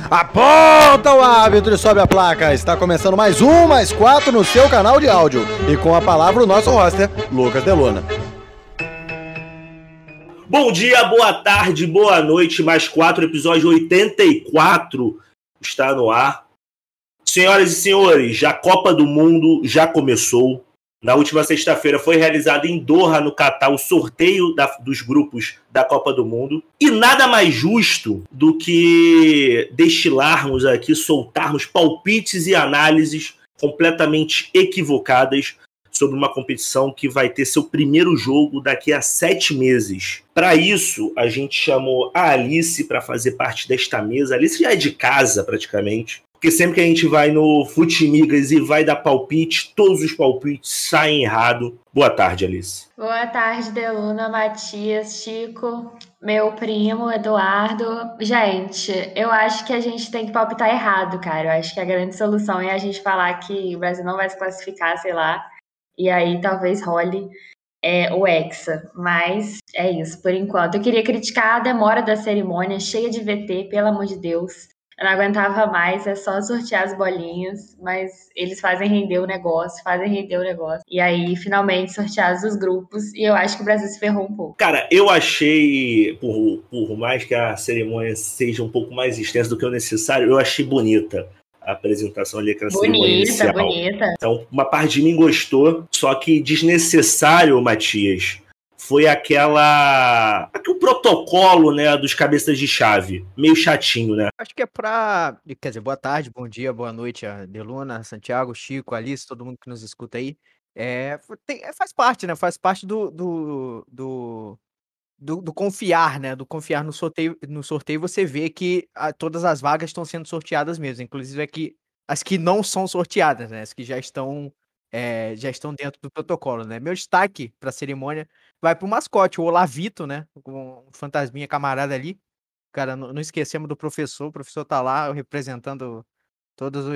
Aponta o árbitro e sobe a placa. Está começando mais um, mais quatro no seu canal de áudio. E com a palavra o nosso roster, Lucas Delona. Bom dia, boa tarde, boa noite. Mais quatro, episódio 84 está no ar. Senhoras e senhores, a Copa do Mundo já começou. Na última sexta-feira foi realizado em Doha, no Catar, o sorteio dos grupos da Copa do Mundo. E nada mais justo do que destilarmos aqui, soltarmos palpites e análises completamente equivocadas sobre uma competição que vai ter seu primeiro jogo daqui a 7 meses. Para isso, a gente chamou a Alice para fazer parte desta mesa. A Alice já é de casa, praticamente. Porque sempre que a gente vai no Futimigas e vai dar palpite, todos os palpites saem errado. Boa tarde, Alice. Boa tarde, Deluna, Matias, Chico, meu primo, Eduardo. Gente, eu acho que a gente tem que palpitar errado, cara. Eu acho que a grande solução é a gente falar que o Brasil não vai se classificar, sei lá. E aí talvez role o Hexa. Mas é isso, por enquanto. Eu queria criticar a demora da cerimônia, cheia de VT, pelo amor de Deus. Eu não aguentava mais, é só sortear as bolinhas, mas eles fazem render o negócio. E aí, finalmente, sorteados os grupos, e eu acho que o Brasil se ferrou um pouco. Cara, eu achei, por mais que a cerimônia seja um pouco mais extensa do que o necessário, eu achei bonita a apresentação ali, aquela cerimônia inicial. Bonita. Então, uma parte de mim gostou, só que desnecessário, Matias, foi aquele protocolo, né, dos cabeças de chave. Meio chatinho, né? Acho que quer dizer, boa tarde, bom dia, boa noite a Deluna, Santiago, Chico, Alice, todo mundo que nos escuta aí. Faz parte, né? Faz parte do confiar, né? Do confiar no sorteio. No sorteio você vê que todas as vagas estão sendo sorteadas mesmo. Inclusive as que não são sorteadas, né? As que já estão dentro do protocolo, né? Meu destaque para a cerimônia vai para o mascote, o Olavito, né? Com um fantasminha camarada ali. Cara, não esquecemos do professor. O professor tá lá representando todas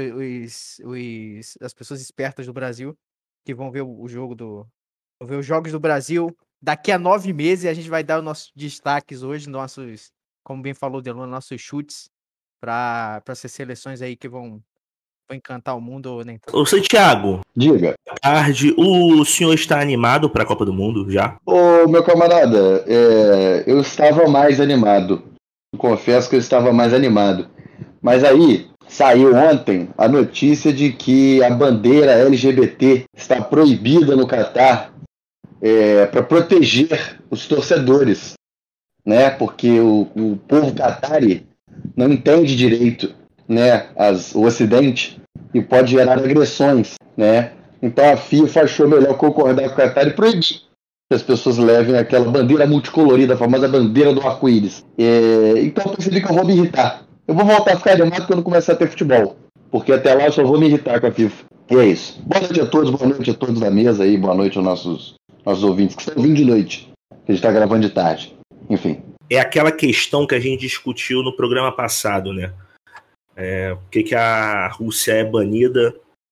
as pessoas espertas do Brasil que vão ver vão ver os jogos do Brasil. Daqui a 9 meses a gente vai dar os nossos destaques hoje, como bem falou o Delon, nossos chutes para essas seleções aí que vão encantar o mundo. Né? Ô, Santiago. Diga. Boa tarde. O senhor está animado para a Copa do Mundo já? Ô, meu camarada, eu estava mais animado. Confesso que eu estava mais animado. Mas aí saiu ontem a notícia de que a bandeira LGBT está proibida no Catar para proteger os torcedores, né? Porque o povo catari não entende direito, né, o Ocidente e pode gerar agressões, né? Então a FIFA achou melhor concordar com o Catar e proibir que as pessoas levem aquela bandeira multicolorida, a famosa bandeira do arco-íris. Então eu percebi que eu vou me irritar. Eu vou voltar a ficar animado quando começar a ter futebol, porque até lá eu só vou me irritar com a FIFA. E é isso. Boa noite a todos, boa noite a todos da mesa aí, boa noite aos nossos ouvintes que estão ouvindo de noite, que a gente está gravando de tarde. Enfim. É aquela questão que a gente discutiu no programa passado, né? Por que a Rússia é banida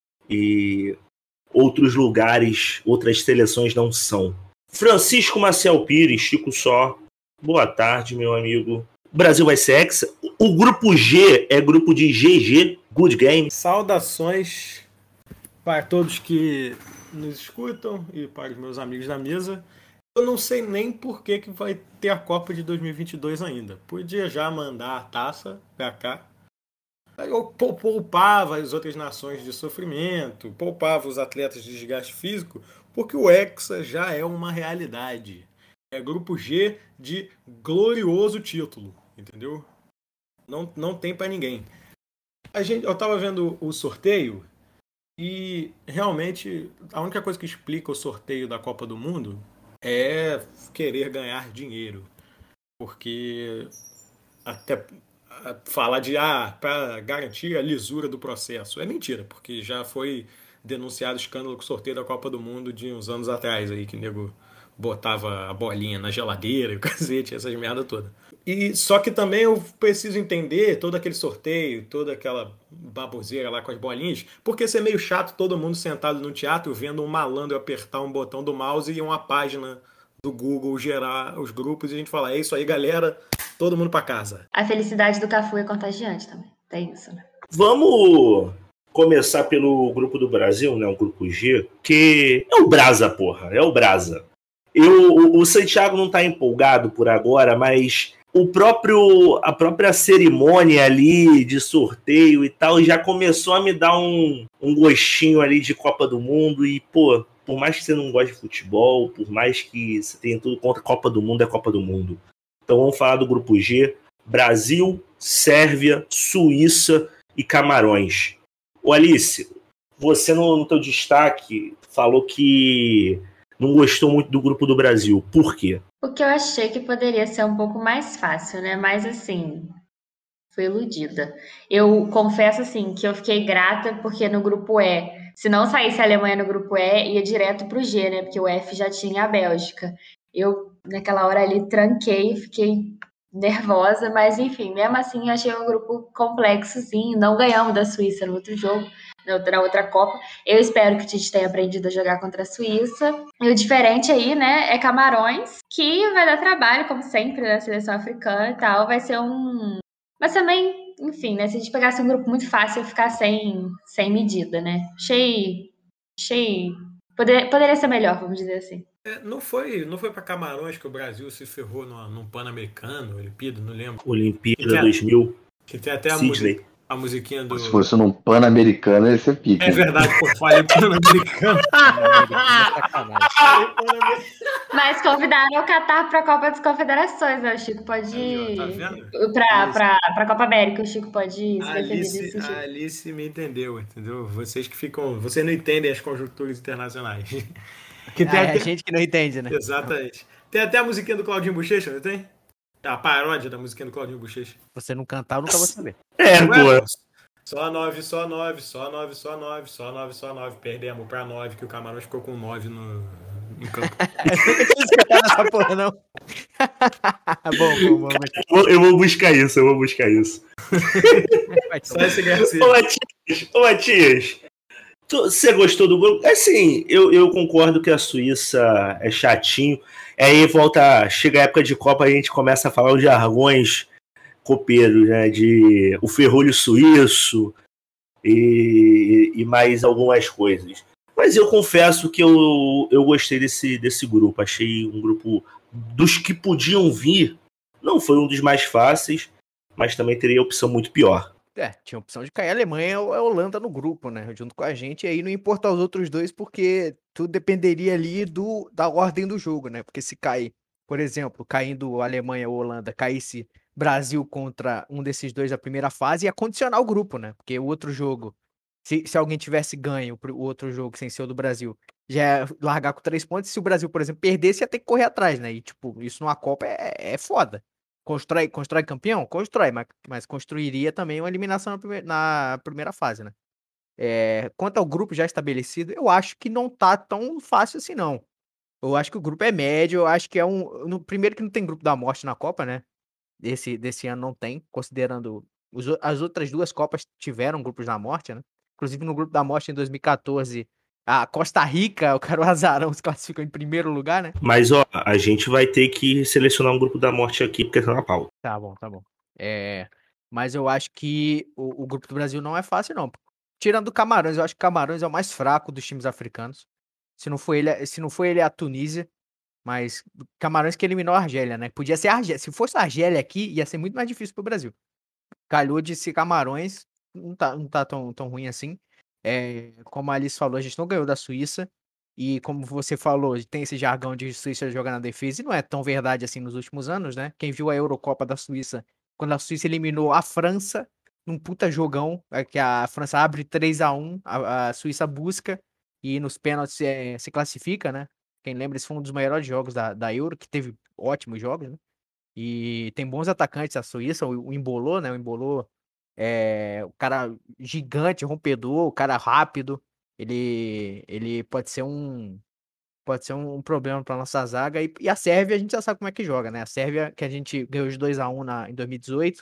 e outros lugares, outras seleções não são. Francisco Maciel Pires, Chico Só, boa tarde, meu amigo. O Brasil vai ser hexa. O grupo G é grupo de GG, Good Game. Saudações para todos que nos escutam e para os meus amigos da mesa. Eu não sei nem por que vai ter a Copa de 2022 ainda. Podia já mandar a taça para cá. Eu poupava as outras nações de sofrimento, poupava os atletas de desgaste físico, porque o Hexa já é uma realidade. É grupo G de glorioso título, entendeu? Não tem para ninguém. Eu estava vendo o sorteio e realmente a única coisa que explica o sorteio da Copa do Mundo é querer ganhar dinheiro. Porque até falar para garantir a lisura do processo é mentira, porque já foi denunciado escândalo com o sorteio da Copa do Mundo de uns anos atrás aí, que o nego botava a bolinha na geladeira e o cacete, essas merda toda. E só que também eu preciso entender todo aquele sorteio, toda aquela baboseira lá com as bolinhas, porque isso é meio chato, todo mundo sentado no teatro vendo um malandro apertar um botão do mouse e uma página do Google gerar os grupos e a gente fala, é isso aí, galera, todo mundo pra casa. A felicidade do Cafu é contagiante também. Tem isso, né? Vamos começar pelo grupo do Brasil, né? O grupo G, que é o Brasa, porra. É o Brasa. O Santiago não tá empolgado por agora, mas a própria cerimônia ali de sorteio e tal já começou a me dar um gostinho ali de Copa do Mundo. E, pô, por mais que você não goste de futebol, por mais que você tenha tudo contra a Copa do Mundo, é Copa do Mundo. Então vamos falar do grupo G: Brasil, Sérvia, Suíça e Camarões. Ô Alice, você no teu destaque falou que não gostou muito do grupo do Brasil. Por quê? Porque eu achei que poderia ser um pouco mais fácil, né? Mas assim, fui iludida. Eu confesso assim que eu fiquei grata porque no grupo E, se não saísse a Alemanha no grupo E, ia direto pro G, né? Porque o F já tinha a Bélgica. Eu, naquela hora ali, tranquei, fiquei nervosa, mas enfim, mesmo assim, eu achei um grupo complexo, sim. Não ganhamos da Suíça no outro jogo, na outra Copa. Eu espero que o Tite tenha aprendido a jogar contra a Suíça. E o diferente aí, né, é Camarões, que vai dar trabalho, como sempre, na seleção africana e tal. Vai ser um. Mas também, enfim, né? Se a gente pegasse um grupo muito fácil, ia ficar sem medida, né? Achei. Poderia ser melhor, vamos dizer assim. Não foi para Camarões que o Brasil se ferrou num Pan-Americano, Olimpíada, não lembro. Olimpíada 2000. Que tem até Sydney. a musiquinha do. Se fosse num Pan-Americano, ia ser pique. É verdade, pô, falei Pan-Americano. Mas convidaram o Catar para a Copa das Confederações, né? O Chico pode ir. Tá vendo? Para a Copa América, o Chico pode ir se defender desse sentido. A Alice me entendeu? Vocês que ficam. Vocês não entendem as conjunturas internacionais. A gente que não entende, né? Exatamente. Tem até a musiquinha do Claudinho Bochecha, não tem? A paródia da musiquinha do Claudinho Bochecha. Você não cantar, eu nunca vou saber. Pô. Só 9, só 9, só 9, só 9, só 9, só 9. Perdemos pra 9, que o Camarões ficou com 9 no campo. Eu nunca tinha escutado essa porra, não. Bom. Eu vou buscar isso. Só esse Garcia. Ô Matias, você gostou do grupo? Assim, eu concordo que a Suíça é chatinho. Aí chega a época de Copa, a gente começa a falar os jargões copeiros, né? De o ferrolho suíço e mais algumas coisas. Mas eu confesso que eu gostei desse grupo. Achei um grupo dos que podiam vir. Não foi um dos mais fáceis, mas também teria opção muito pior. Tinha a opção de cair a Alemanha ou a Holanda no grupo, né? Junto com a gente. E aí não importa os outros dois, porque tudo dependeria ali da ordem do jogo, né? Porque se cair, por exemplo, caindo a Alemanha ou a Holanda, caísse Brasil contra um desses dois na primeira fase, ia condicionar o grupo, né? Porque o outro jogo, se alguém tivesse ganho o outro jogo sem ser o do Brasil, já ia largar com 3 pontos. Se o Brasil, por exemplo, perdesse, ia ter que correr atrás, né? E, tipo, isso numa Copa é foda. Constrói campeão? Constrói, mas construiria também uma eliminação na primeira fase, né? Quanto ao grupo já estabelecido, eu acho que não tá tão fácil assim, não. Eu acho que o grupo é médio, eu acho que primeiro que não tem grupo da morte na Copa, né? Desse ano não tem, considerando as outras duas Copas tiveram grupos da morte, né? Inclusive no grupo da morte em 2014, a Costa Rica, o cara o Azarão se classificou em primeiro lugar, né? Mas, ó, a gente vai ter que selecionar um grupo da morte aqui, porque tá na pauta. Tá bom. Mas eu acho que o grupo do Brasil não é fácil, não. Tirando o Camarões, eu acho que o Camarões é o mais fraco dos times africanos. Se não for ele, é a Tunísia. Mas Camarões que eliminou a Argélia, né? Podia ser a Argélia. Se fosse a Argélia aqui, ia ser muito mais difícil pro Brasil. Calhou de ser Camarões, não tá tão ruim assim. Como a Alice falou, a gente não ganhou da Suíça. E como você falou, tem esse jargão de Suíça jogar na defesa. E não é tão verdade assim nos últimos anos, né? Quem viu a Eurocopa da Suíça, quando a Suíça eliminou a França, num puta jogão, que a França abre 3-1, a Suíça busca e nos pênaltis se classifica, né? Quem lembra, esse foi um dos maiores jogos da Euro, que teve ótimos jogos, né? E tem bons atacantes a Suíça, o Embolou, né? O Embolou o cara gigante, rompedor, o cara rápido. Ele pode ser um problema para nossa zaga. E a Sérvia, a gente já sabe como é que joga, né? A Sérvia, que a gente ganhou de 2-1 em 2018,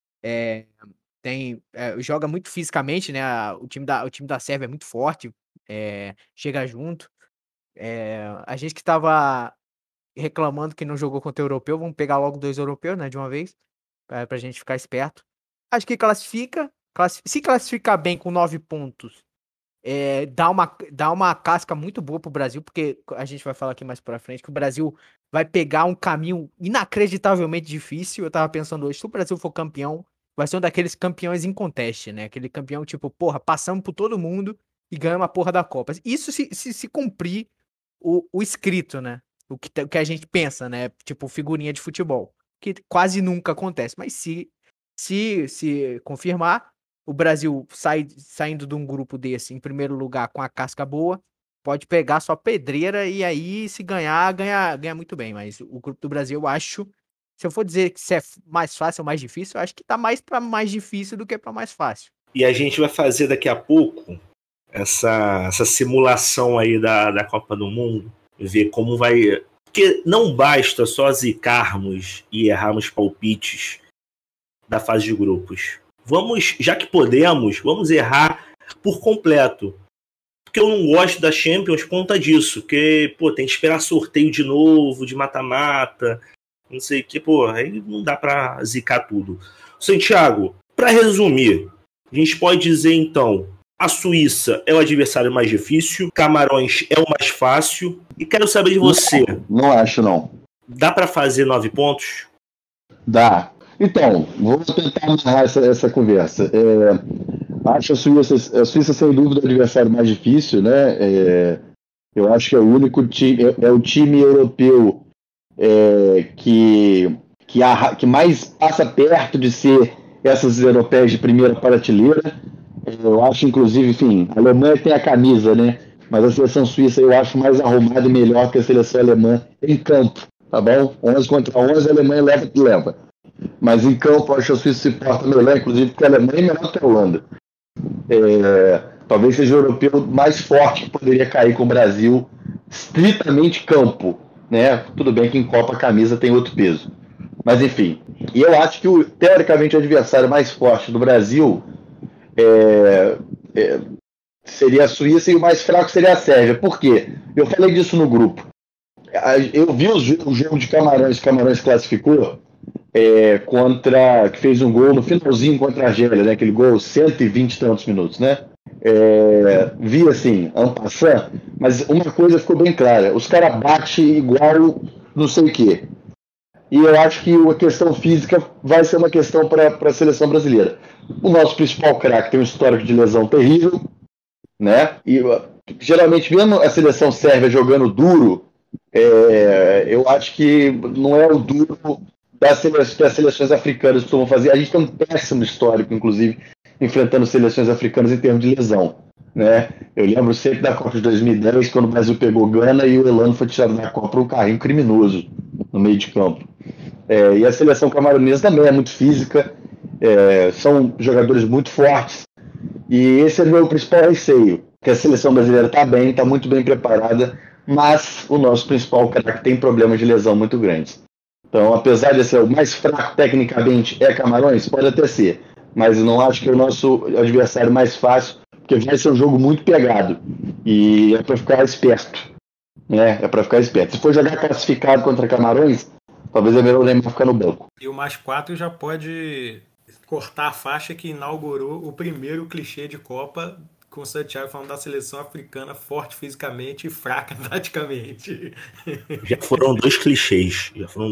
joga muito fisicamente, né? O time da Sérvia é muito forte, chega junto. A gente que estava reclamando que não jogou contra o europeu, vamos pegar logo 2 europeus, né? De uma vez, pra gente ficar esperto. acho que classifica. Se classificar bem com 9 pontos, dá uma casca muito boa pro Brasil, porque a gente vai falar aqui mais pra frente que o Brasil vai pegar um caminho inacreditavelmente difícil. Eu tava pensando hoje, se o Brasil for campeão, vai ser um daqueles campeões em conteste, né? Aquele campeão tipo, porra, passamos por todo mundo e ganhamos a porra da Copa. Isso se cumprir o escrito, né? O que a gente pensa, né? Tipo, figurinha de futebol, que quase nunca acontece. Mas se confirmar, o Brasil saindo de um grupo desse em primeiro lugar com a casca boa, pode pegar só pedreira e aí se ganhar muito bem. Mas o grupo do Brasil, eu acho, se eu for dizer que se é mais fácil ou mais difícil, eu acho que tá mais pra mais difícil do que pra mais fácil. E a gente vai fazer daqui a pouco essa simulação aí da Copa do Mundo, ver como vai... Porque não basta só zicarmos e errarmos palpites da fase de grupos. Vamos, já que podemos, vamos errar por completo. Porque eu não gosto da Champions por conta disso. Porque, tem que esperar sorteio de novo, de mata-mata, não sei o que, aí não dá pra zicar tudo. Santiago, pra resumir, a gente pode dizer então, a Suíça é o adversário mais difícil, Camarões é o mais fácil, e quero saber de você. Não acho, não. Dá pra fazer 9 pontos? Dá. Então, vou tentar amarrar essa conversa. Acho a Suíça, sem dúvida, o adversário mais difícil, né? Eu acho que é o único time, é o time europeu que mais passa perto de ser essas europeias de primeira prateleira. Eu acho, inclusive, enfim, a Alemanha tem a camisa, né? Mas a seleção suíça eu acho mais arrumada e melhor que a seleção alemã em campo, tá bom? 11 contra 11, a Alemanha leva. Mas em campo, eu acho que a Suíça se porta melhor, inclusive porque a Alemanha é melhor que a Holanda. Talvez seja o europeu mais forte que poderia cair com o Brasil, estritamente campo, né? Tudo bem que em Copa a camisa tem outro peso. Mas enfim, e eu acho que teoricamente o adversário mais forte do Brasil seria a Suíça e o mais fraco seria a Sérvia. Por quê? Eu falei disso no grupo. Eu vi o jogo de Camarões, classificou, que fez um gol no finalzinho contra a Argélia, né? Aquele gol 120 e tantos minutos, né? Vi assim, en passant, mas uma coisa ficou bem clara: os caras batem igual não sei o quê. E eu acho que a questão física vai ser uma questão para a seleção brasileira. O nosso principal craque tem um histórico de lesão terrível, né? E geralmente, mesmo a seleção sérvia jogando duro, eu acho que não é o duro das seleções africanas costumam fazer. A gente tem um péssimo histórico, inclusive, enfrentando seleções africanas em termos de lesão, né? Eu lembro sempre da Copa de 2010, quando o Brasil pegou Gana e o Elano foi tirado da Copa por um carrinho criminoso no meio de campo. E a seleção camaronesa também é muito física, são jogadores muito fortes, e esse é o meu principal receio, que a seleção brasileira está muito bem preparada, mas o nosso principal craque tem problemas de lesão muito grandes. Então, apesar de ser o mais fraco tecnicamente Camarões, pode até ser, mas eu não acho que é o nosso adversário mais fácil, porque vai ser um jogo muito pegado, e é para ficar esperto, né? Se for jogar classificado contra Camarões, talvez é melhor o Neymar ficar no banco. E o mais 4 já pode cortar a faixa que inaugurou o primeiro clichê de Copa, com o Santiago falando da seleção africana forte fisicamente e fraca taticamente. Já foram dois clichês.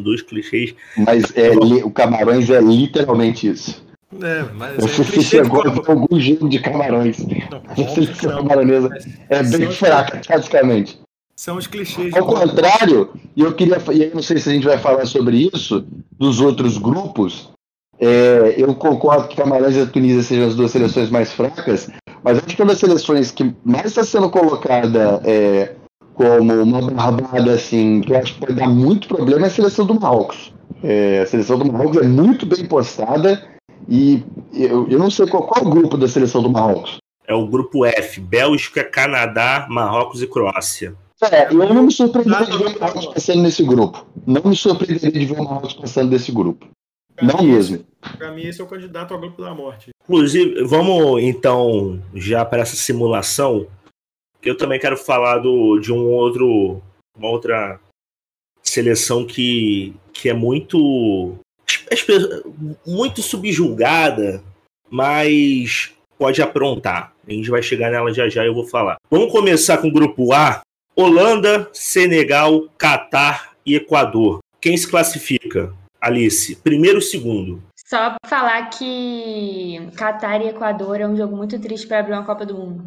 Mas o Camarões é literalmente isso. Mas você chegou a algum jogo de Camarões. A seleção camaronesa é bem fraca, taticamente. São os clichês. Ao contrário, e eu não sei se a gente vai falar sobre isso, dos outros grupos, eu concordo que Camarões e a Tunísia sejam as duas seleções mais fracas, mas acho que uma das seleções que mais está sendo colocada como uma barbada, assim, que eu acho que pode dar muito problema é a seleção do Marrocos. A seleção do Marrocos é muito bem postada, e eu não sei qual é o grupo da seleção do Marrocos. É o grupo F: Bélgica, Canadá, Marrocos e Croácia. Eu não me surpreenderia de ver o Marrocos passando nesse grupo. Não me surpreenderia de ver o Marrocos passando desse grupo. Não mesmo. Para mim, esse é o candidato ao grupo da morte. Inclusive, vamos então já para essa simulação, que eu também quero falar de uma outra seleção que é muito subjugada mas pode aprontar. A gente vai chegar nela já já e eu vou falar. Vamos começar com o grupo A. Holanda, Senegal, Catar e Equador. Quem se classifica? Alice, primeiro ou segundo? Só pra falar que Catar e Equador é um jogo muito triste para abrir uma Copa do Mundo.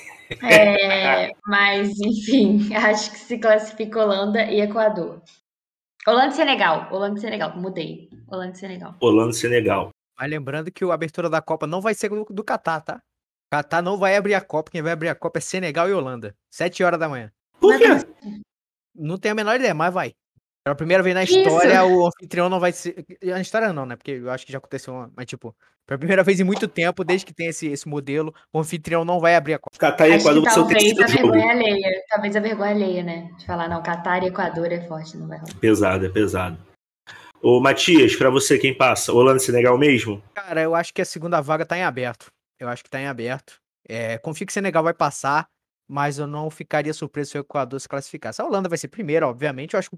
Mas, enfim, acho que se classifica Holanda e Equador. Holanda e Senegal, mudei. Holanda e Senegal. Mas lembrando que a abertura da Copa não vai ser do Catar, tá? Catar não vai abrir a Copa, quem vai abrir a Copa é Senegal e Holanda. 7 horas da manhã. Por quê? Não tenho a menor ideia, mas vai. Pela primeira vez na história, o anfitrião não vai ser... Na história não, né? Porque eu acho que já aconteceu, mas tipo... Pela primeira vez em muito tempo, desde que tem esse modelo, o anfitrião não vai abrir a Copa. Catar e Equador vai ser o terceiro jogo. Talvez a vergonha alheia, né? De falar, não, Catar e Equador é forte, não vai rolar. Pesado. Ô, Matias, pra você, quem passa? Holanda e Senegal mesmo? Cara, eu acho que a segunda vaga tá em aberto. Confio que o Senegal vai passar, mas eu não ficaria surpreso se o Equador se classificasse. A Holanda vai ser primeiro, obviamente. Eu acho que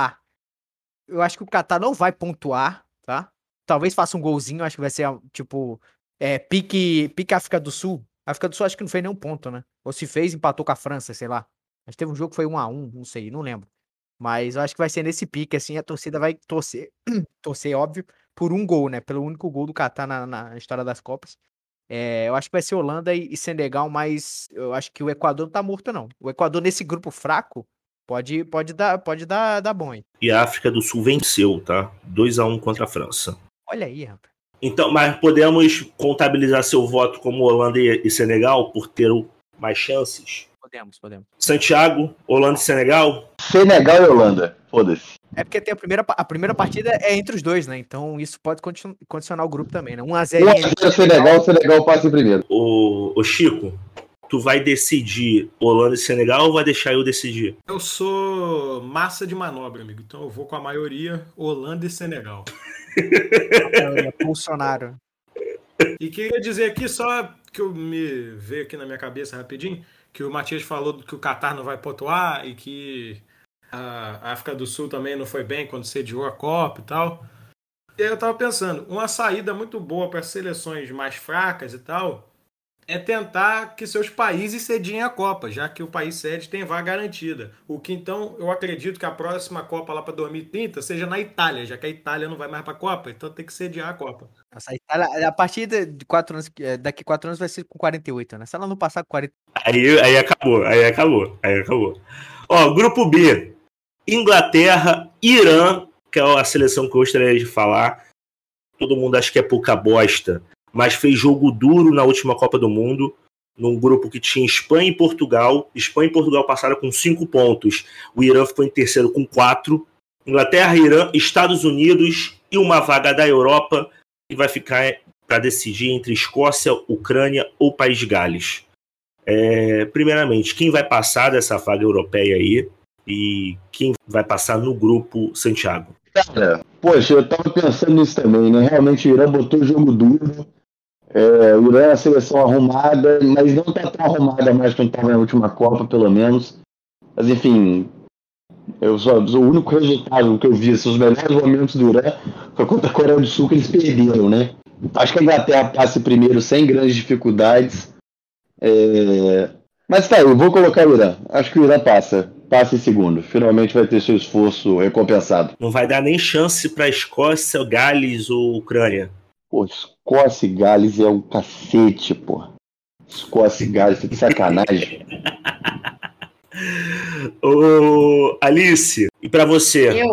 o Catar não vai pontuar, tá? Talvez faça um golzinho, acho que vai ser, tipo, pique África do Sul. África do Sul acho que não fez nenhum ponto, né? Ou se fez, empatou com a França, sei lá. Mas teve um jogo que foi 1-1, não sei, não lembro. Mas eu acho que vai ser nesse pique, assim, a torcida vai torcer, óbvio, por um gol, né? Pelo único gol do Catar na história das Copas. Eu acho que vai ser Holanda e Senegal, mas eu acho que o Equador não tá morto, não. O Equador, nesse grupo fraco, pode dar bom, hein? E a África do Sul venceu, tá? 2-1 contra a França. Olha aí, rapaz. Então, mas podemos contabilizar seu voto como Holanda e Senegal por ter mais chances? Podemos. Santiago, Holanda e Senegal? Senegal e Holanda, foda-se. É porque tem a primeira partida é entre os dois, né? Então isso pode condicionar o grupo também, né? 1-0. 1-0 Senegal passa em primeiro. Ô Chico, tu vai decidir Holanda e Senegal ou vai deixar eu decidir? Eu sou massa de manobra, amigo. Então eu vou com a maioria Holanda e Senegal. Bolsonaro. E queria dizer aqui, só que me veio aqui na minha cabeça rapidinho, que o Matias falou que o Catar não vai pontuar e que a África do Sul também não foi bem quando sediou a Copa e tal. E aí eu tava pensando, uma saída muito boa para seleções mais fracas e tal é tentar que seus países cediem a Copa, já que o país sede tem vaga garantida. O que então eu acredito que a próxima Copa lá para 2030 seja na Itália, já que a Itália não vai mais para a Copa, então tem que sediar a Copa. Nossa, a Itália, a partir de 4 anos, daqui 4 anos vai ser com 48, né? Se ela não passar com 40. Aí acabou. Ó, grupo B. Inglaterra, Irã, que é a seleção que eu gostaria de falar. Todo mundo acha que é pouca bosta, mas fez jogo duro na última Copa do Mundo, num grupo que tinha Espanha e Portugal. Espanha e Portugal passaram com 5 pontos. O Irã ficou em terceiro com 4. Inglaterra, Irã, Estados Unidos e uma vaga da Europa que vai ficar para decidir entre Escócia, Ucrânia ou País de Gales. Primeiramente, quem vai passar dessa vaga europeia aí e quem vai passar no grupo, Santiago? Cara, poxa, eu tava pensando nisso também, né? Realmente o Irã botou o jogo duro. O Irã é uma seleção arrumada, mas não tá tão arrumada mais quando tava na última Copa, pelo menos. Mas enfim, o único resultado que eu vi, os melhores momentos do Irã foi contra a Coreia do Sul, que eles perderam, né? Acho que a Inglaterra passa primeiro sem grandes dificuldades. Mas tá, eu vou colocar o Irã. Acho que o Irã passa em segundo. Finalmente vai ter seu esforço recompensado. Não vai dar nem chance pra Escócia, Gales ou Ucrânia. Pô, Escócia e Gales é um cacete, pô. Escócia e Gales, tá de sacanagem. Ô, Alice, e pra você?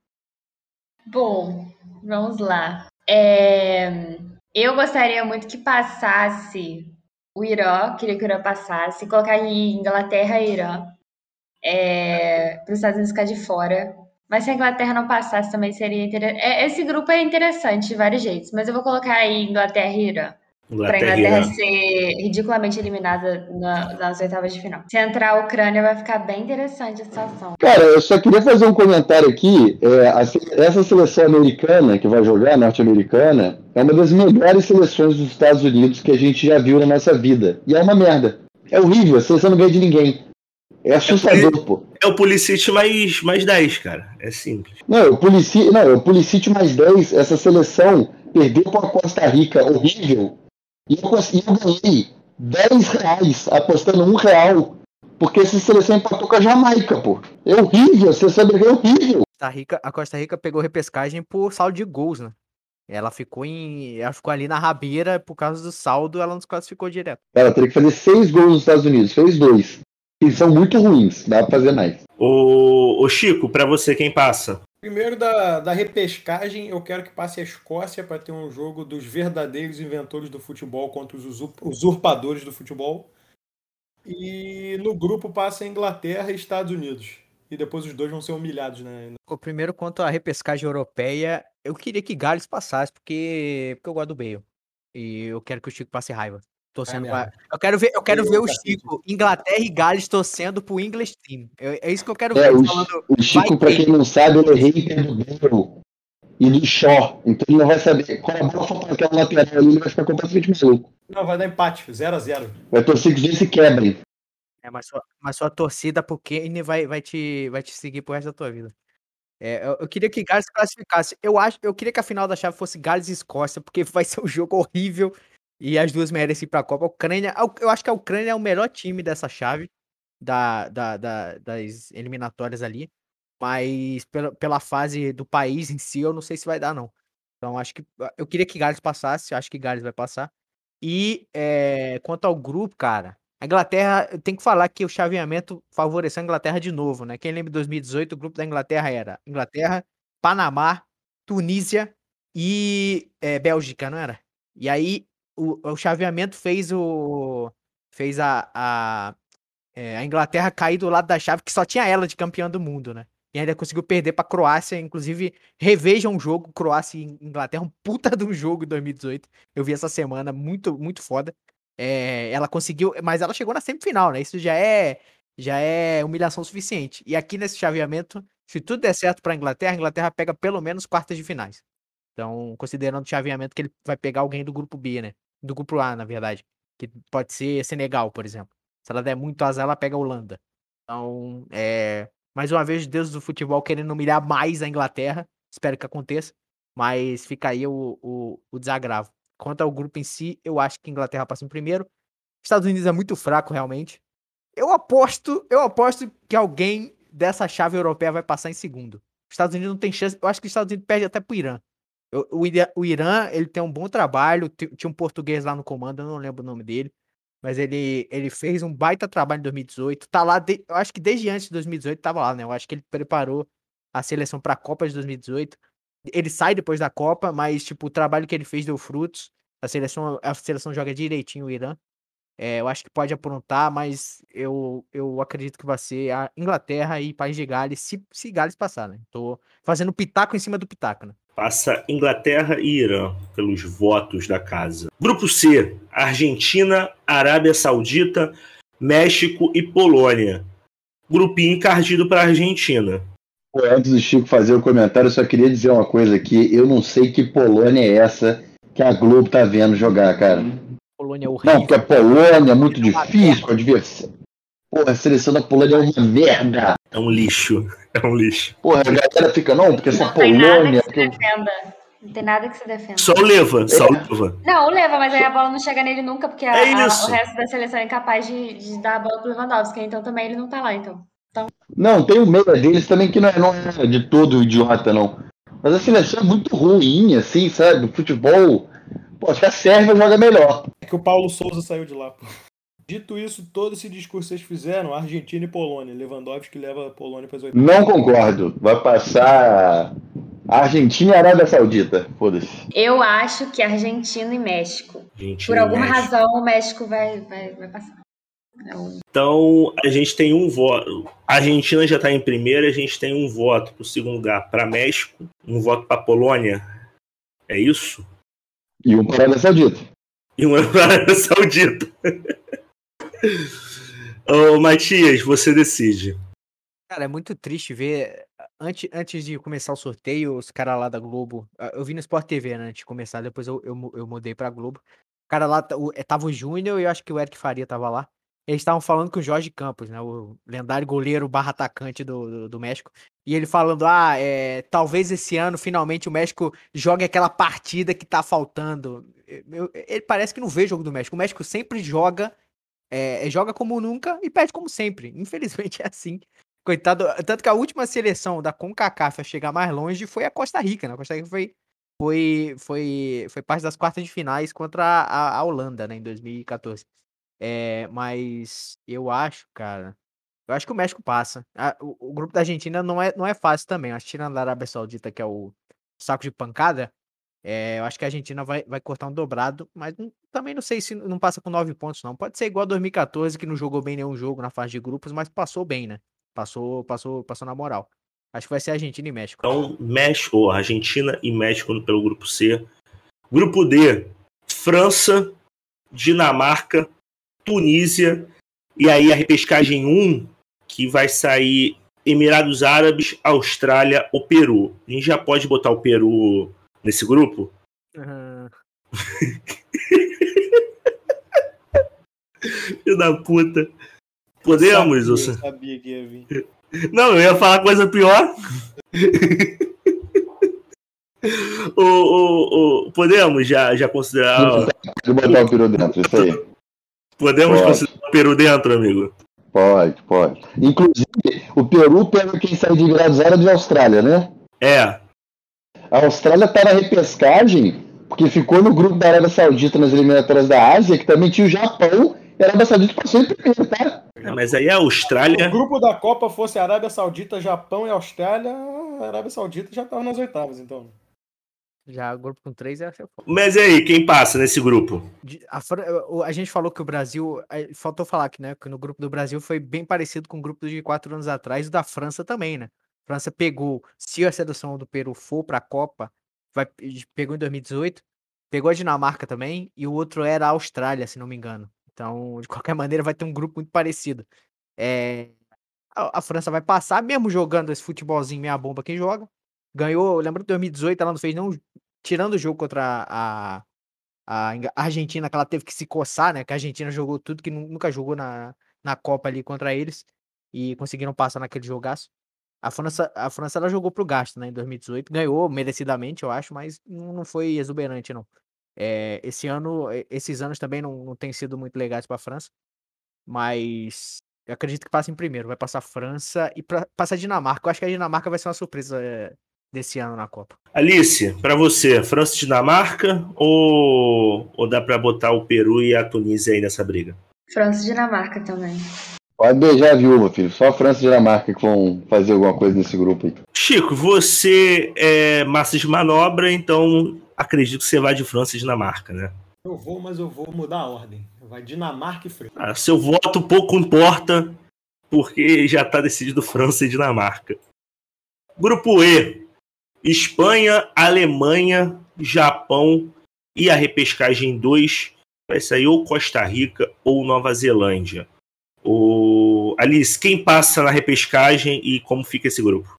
Bom, vamos lá. Eu gostaria muito que passasse o Irã, queria que o Irã passasse, colocar aí Inglaterra e Irã, para os Estados Unidos ficar de fora. Mas se a Inglaterra não passasse também seria interessante. Esse grupo é interessante de vários jeitos, mas eu vou colocar aí Inglaterra e Irã. Para a Inglaterra ser ridiculamente eliminada nas oitavas de final. Se entrar a Ucrânia, vai ficar bem interessante a situação. Cara, eu só queria fazer um comentário aqui. Essa seleção americana que vai jogar, norte-americana, é uma das melhores seleções dos Estados Unidos que a gente já viu na nossa vida. E é uma merda. É horrível, a seleção não ganha de ninguém. É assustador, pô. É o Pulisic mais 10, cara. É simples. Não, o Pulisic mais 10. Essa seleção perdeu para a Costa Rica horrível. E eu ganhei R$ 10 apostando R$ 1, porque essa seleção empatou com a Jamaica, pô. É horrível, você sabe que é horrível. A Costa Rica pegou repescagem por saldo de gols, né? Ela ficou ali na rabeira por causa do saldo, ela não se classificou direto. Ela teria que fazer 6 gols nos Estados Unidos, fez 2. Que são muito ruins, dá pra fazer mais. Ô Chico, pra você quem passa? Primeiro da repescagem, eu quero que passe a Escócia para ter um jogo dos verdadeiros inventores do futebol contra os usurpadores do futebol. E no grupo passa a Inglaterra e Estados Unidos. E depois os dois vão ser humilhados, né? O primeiro, quanto à repescagem europeia, eu queria que Gales passasse, porque eu gosto do Bale. E eu quero que o Chico passe raiva. Torcendo pra... Eu quero ver o Chico, Inglaterra e Gales torcendo pro English Team. É isso que eu quero ver. O Chico, pra quem não sabe, ele é hater do Bale e do Shaw. Então ele não vai saber. Quando a bola for pra aquela lateral ali, ele vai ficar completamente maluco. Não, vai dar empate, 0-0. Vai torcer que os dois se quebrem. Mas sua torcida pro Kane vai te seguir pro resto da tua vida. Eu queria que Gales classificasse. Eu queria que a final da chave fosse Gales e Escócia, porque vai ser um jogo horrível e as duas merecem ir pra Copa. Eu acho que a Ucrânia é o melhor time dessa chave das eliminatórias ali, mas pela fase do país em si, eu não sei se vai dar, não. Então, eu queria que Gales passasse, acho que Gales vai passar. E quanto ao grupo, cara, a Inglaterra, tem que falar que o chaveamento favoreceu a Inglaterra de novo, né? Quem lembra de 2018, o grupo da Inglaterra era Inglaterra, Panamá, Tunísia e Bélgica, não era? E aí o chaveamento fez a Inglaterra cair do lado da chave, que só tinha ela de campeã do mundo, né? E ainda conseguiu perder pra Croácia, inclusive revejam o jogo, Croácia e Inglaterra, um puta de um jogo em 2018. Eu vi essa semana, muito, muito foda. Ela conseguiu, mas ela chegou na semifinal, né? Isso já é humilhação suficiente. E aqui nesse chaveamento, se tudo der certo pra Inglaterra, a Inglaterra pega pelo menos quartas de finais. Então, considerando o chaveamento que ele vai pegar alguém do grupo B, né? Do grupo A, na verdade. Que pode ser Senegal, por exemplo. Se ela der muito azar, ela pega a Holanda. Então, mais uma vez, Deus do futebol querendo humilhar mais a Inglaterra. Espero que aconteça. Mas fica aí o desagravo. Quanto ao grupo em si, eu acho que a Inglaterra passa em primeiro. Estados Unidos é muito fraco, realmente. Eu aposto que alguém dessa chave europeia vai passar em segundo. Os Estados Unidos não tem chance. Eu acho que os Estados Unidos perde até pro Irã. O Irã, ele tem um bom trabalho. Tinha um português lá no comando, eu não lembro o nome dele. Mas ele fez um baita trabalho em 2018. Tá lá, eu acho que desde antes de 2018 tava lá, né? Eu acho que ele preparou a seleção pra Copa de 2018. Ele sai depois da Copa, mas, tipo, o trabalho que ele fez deu frutos. A seleção joga direitinho o Irã. Eu acho que pode aprontar, mas eu acredito que vai ser a Inglaterra e País de Gales, se Gales passar, né? Tô fazendo pitaco em cima do pitaco, né? Passa Inglaterra e Irã, pelos votos da casa. Grupo C, Argentina, Arábia Saudita, México e Polônia. Grupinho encardido para a Argentina. Pô, antes do Chico fazer o comentário, eu só queria dizer uma coisa aqui. Eu não sei que Polônia é essa que a Globo tá vendo jogar, cara. Polônia é horrível. Não, porque a Polônia é muito difícil, com a adversário. Porra, a seleção da Polônia é uma merda. É um lixo. Porra, a galera fica, não, porque essa Não Polônia... tem nada que se defenda. Só leva. Não, leva, mas aí a bola não chega nele nunca, porque o resto da seleção é incapaz de dar a bola pro Lewandowski, então também ele não tá lá, então. Não, tem o meio deles também que não é de todo idiota, não. Mas a seleção é muito ruim, assim, sabe? O futebol... Pô, acho que a Sérvia joga melhor. É que o Paulo Souza saiu de lá, pô. Dito isso, todo esse discurso que vocês fizeram, Argentina e Polônia. Lewandowski leva a Polônia para as oitavas. Não concordo. Vai passar Argentina e Arábia Saudita. Foda-se. Eu acho que Argentina e México. Por alguma razão, o México vai passar. Então, a gente tem um voto. A Argentina já está em primeiro, a gente tem um voto para o segundo lugar para México, um voto para Polônia. É isso? E um para a Arábia Saudita. E um para a Arábia Saudita. Ô, Matias, você decide. Cara, é muito triste ver. Antes de começar o sorteio, os caras lá da Globo. Eu vi no Sport TV, né? Antes de começar, depois eu mudei pra Globo. O cara lá tava o Júnior e eu acho que o Eric Faria tava lá. Eles estavam falando com o Jorge Campos, né? O lendário goleiro barra atacante do México. E ele falando, talvez esse ano, finalmente, o México jogue aquela partida que tá faltando. ele parece que não vê jogo do México. O México sempre joga, joga como nunca e perde como sempre. Infelizmente é assim. Coitado, tanto que a última seleção da CONCACAF a chegar mais longe foi a Costa Rica, né? A Costa Rica foi parte das quartas de finais contra a Holanda, né, em 2014. Mas eu acho que o México passa. O grupo da Argentina não é fácil também. A China da Arábia Saudita, que é o saco de pancada, eu acho que a Argentina vai cortar um dobrado, mas também não sei se não passa com 9 pontos, não. Pode ser igual a 2014, que não jogou bem nenhum jogo na fase de grupos, mas passou bem, né? Passou na moral. Acho que vai ser Argentina e México. Então, México, Argentina e México pelo grupo C. Grupo D, França, Dinamarca, Tunísia, e aí a repescagem 1, que vai sair Emirados Árabes, Austrália ou Peru. A gente já pode botar o Peru nesse grupo? Filho da puta. Podemos? Eu sabia que ia vir. Não, eu ia falar coisa pior. Podemos já considerar. Pode botar o Peru dentro, isso aí. Podemos considerar o Peru dentro, amigo? Pode. Inclusive, o Peru pega quem sai de Emirados Árabes e Austrália, né? A Austrália tá na repescagem, porque ficou no grupo da Arábia Saudita nas eliminatórias da Ásia, que também tinha o Japão, e a Arábia Saudita passou em primeiro, tá? Mas aí a Austrália. Se o grupo da Copa fosse Arábia Saudita, Japão e Austrália, a Arábia Saudita já estava nas oitavas, então. Já o grupo com 3 é foda. Mas e aí, quem passa nesse grupo? A gente falou que o Brasil. Faltou falar que, né, que no grupo do Brasil foi bem parecido com o grupo de 4 anos atrás, o da França também, né? A França pegou, se a seleção do Peru for pra Copa, pegou em 2018, pegou a Dinamarca também, e o outro era a Austrália, se não me engano. Então, de qualquer maneira, vai ter um grupo muito parecido. A França vai passar, mesmo jogando esse futebolzinho meia bomba que joga. Ganhou, lembra que 2018 ela não fez não, tirando o jogo contra a Argentina, que ela teve que se coçar, né? Que a Argentina jogou tudo que nunca jogou na Copa ali contra eles e conseguiram passar naquele jogaço. A França ela jogou pro gasto, né? Em 2018, ganhou merecidamente, eu acho, mas não foi exuberante, não. Esses anos também não tem sido muito legais pra França, mas eu acredito que passa em primeiro. Vai passar a França e passa a Dinamarca. Eu acho que a Dinamarca vai ser uma surpresa desse ano na Copa. Alice, pra você, França e Dinamarca ou dá pra botar o Peru e a Tunísia aí nessa briga? França e Dinamarca também. Pode beijar a viúva, filho. Só a França e Dinamarca que vão fazer alguma coisa nesse grupo aí. Chico, você é massa de manobra, então acredito que você vai de França e Dinamarca, né? Mas eu vou mudar a ordem. Vai Dinamarca e França. Seu voto pouco importa, porque já tá decidido França e Dinamarca. Grupo E. Espanha, Alemanha, Japão e a repescagem 2 vai sair ou Costa Rica ou Nova Zelândia. Alice, quem passa na repescagem e como fica esse grupo?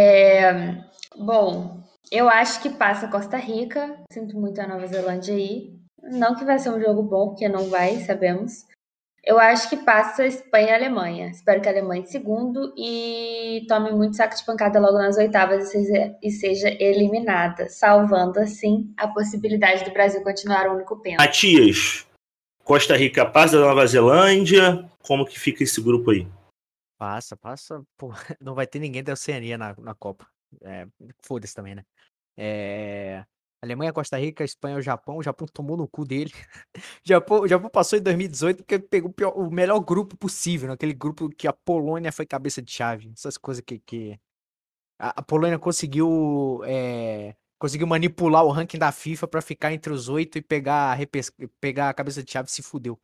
Bom, eu acho que passa Costa Rica. Sinto muito a Nova Zelândia aí. Não que vai ser um jogo bom, porque não vai, sabemos. Eu acho que passa Espanha e Alemanha. Espero que a Alemanha em segundo e tome muito saco de pancada logo nas oitavas e seja eliminada, salvando assim a possibilidade do Brasil continuar o único pênalti. Matias, Costa Rica passa da Nova Zelândia, como que fica esse grupo aí? Passa, pô, não vai ter ninguém da Oceania na Copa. Foda-se também, né? Alemanha, Costa Rica, Espanha, o Japão tomou no cu dele. O Japão passou em 2018 porque pegou o melhor grupo possível, aquele grupo que a Polônia foi cabeça de chave. Essas coisas que a Polônia conseguiu manipular o ranking da FIFA pra ficar entre os 8 e pegar a cabeça de chave e se fudeu.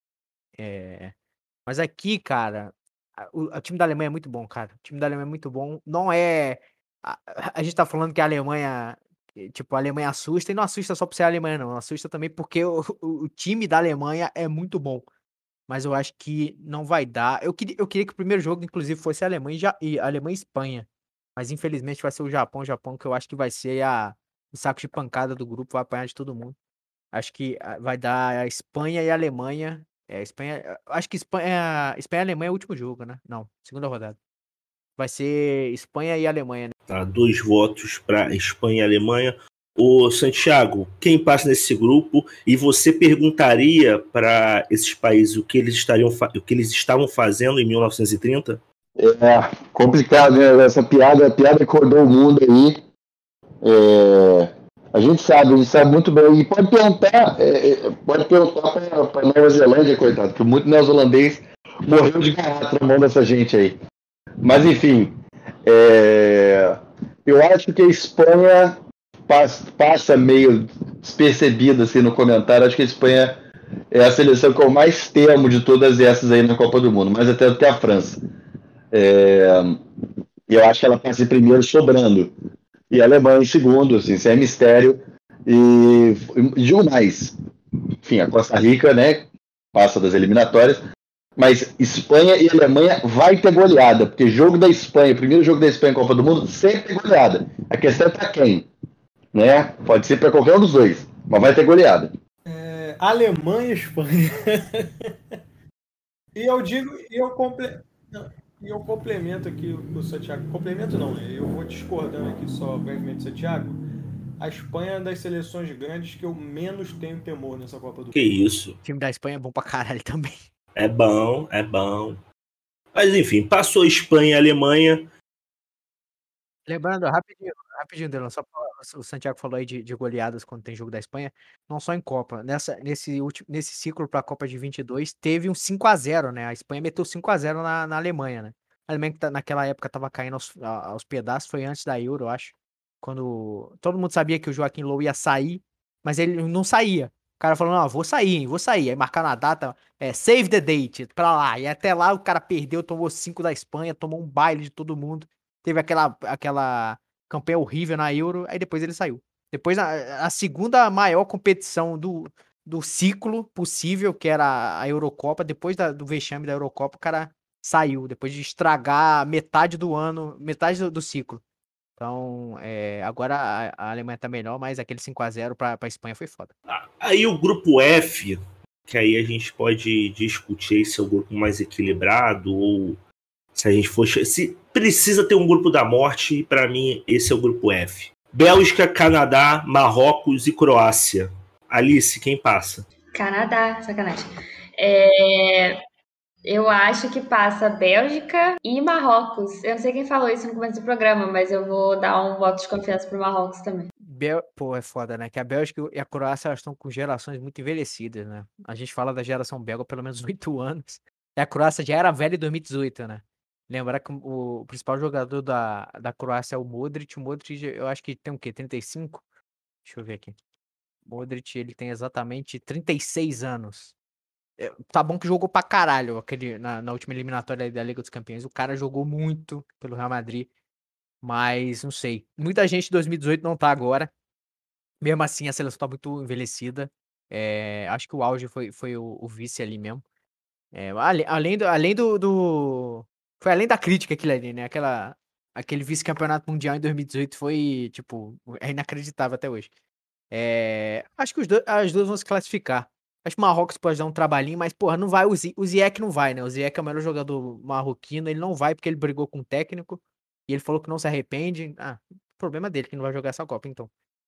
Mas aqui, cara, o time da Alemanha é muito bom, cara. O time da Alemanha é muito bom. Não é. A gente tá falando que a Alemanha. Tipo, a Alemanha assusta, e não assusta só por ser a Alemanha, não. Assusta também porque o time da Alemanha é muito bom. Mas eu acho que não vai dar. Eu queria que o primeiro jogo, inclusive, fosse a Alemanha e Espanha. Mas infelizmente vai ser o Japão, que eu acho que vai ser o saco de pancada do grupo, vai apanhar de todo mundo. Acho que vai dar a Espanha e a Alemanha. Acho que Espanha e Alemanha é o último jogo, né? Não, segunda rodada. Vai ser Espanha e Alemanha, né? Tá, 2 votos para Espanha e Alemanha. Ô, Santiago, quem passa nesse grupo? E você perguntaria para esses países o que eles estavam fazendo em 1930? Complicado, né? Essa piada acordou o mundo aí. A gente sabe muito bem. E pode perguntar para Nova Zelândia, coitado, que muito neozelandês morreu de garrafa na mão dessa gente aí. Mas, enfim, eu acho que a Espanha passa meio despercebida assim, no comentário. Acho que a Espanha é a seleção que eu mais temo de todas essas aí na Copa do Mundo, mais até do que a França. Eu acho que ela passa em primeiro sobrando. E a Alemanha em segundo, assim, sem mistério. E digo mais. Enfim, a Costa Rica, né, passa das eliminatórias. Mas Espanha e Alemanha vai ter goleada, porque jogo da Espanha, primeiro jogo da Espanha em Copa do Mundo, sempre tem goleada. A questão é para quem, né? Pode ser para qualquer um dos dois, mas vai ter goleada. Alemanha e Espanha. E eu complemento aqui o Santiago. Complemento não, né? Eu vou discordando aqui só brevemente, Santiago. A Espanha é das seleções grandes que eu menos tenho temor nessa Copa do Mundo. Que isso? O time da Espanha é bom pra caralho também. É bom. Mas enfim, passou Espanha e Alemanha. Lembrando, rapidinho, Delon, só o Santiago falou aí de goleadas quando tem jogo da Espanha, não só em Copa. Nesse ciclo para a Copa de 22, teve um 5-0, né? A Espanha meteu 5-0 na Alemanha, né? A Alemanha que naquela época tava caindo aos pedaços, foi antes da Euro, eu acho. Quando todo mundo sabia que o Joaquim Low ia sair, mas ele não saía. O cara falou, não, vou sair. Aí marcaram a data, save the date, pra lá. E até lá o cara perdeu, tomou 5 da Espanha, tomou um baile de todo mundo. Teve aquela campanha horrível na Euro, aí depois ele saiu. Depois, a segunda maior competição do ciclo possível, que era a Eurocopa, depois do vexame da Eurocopa, o cara saiu, depois de estragar metade do ano, metade do ciclo. Então, agora a Alemanha tá melhor, mas aquele 5-0 pra Espanha foi foda. Aí o grupo F, que aí a gente pode discutir se é o grupo mais equilibrado ou se a gente for... Se precisa ter um grupo da morte, e pra mim esse é o grupo F. Bélgica, Canadá, Marrocos e Croácia. Alice, quem passa? Canadá, sacanagem. Eu acho que passa Bélgica e Marrocos. Eu não sei quem falou isso no começo do programa, mas eu vou dar um voto de confiança pro Marrocos também. Pô, é foda, né? Que a Bélgica e a Croácia elas estão com gerações muito envelhecidas, né? A gente fala da geração belga há pelo menos 8 anos. E a Croácia já era velha em 2018, né? Lembrar que o principal jogador da Croácia é o Modric. O Modric, eu acho que tem o quê? 35? Deixa eu ver aqui. O Modric, ele tem exatamente 36 anos. Tá bom que jogou pra caralho na última eliminatória da Liga dos Campeões. O cara jogou muito pelo Real Madrid. Mas, não sei. Muita gente de 2018 não tá agora. Mesmo assim, a seleção tá muito envelhecida. Acho que o auge foi o vice ali mesmo. Além do... Foi além da crítica aquilo ali, né? Aquele vice-campeonato mundial em 2018 foi, tipo, é inacreditável até hoje. Acho que as duas vão se classificar. Acho que o Marrocos pode dar um trabalhinho, mas, porra, não vai. O Ziyech não vai, né? O Ziyech é o melhor jogador marroquino. Ele não vai porque ele brigou com o técnico. E ele falou que não se arrepende. Problema dele que não vai jogar essa Copa, então.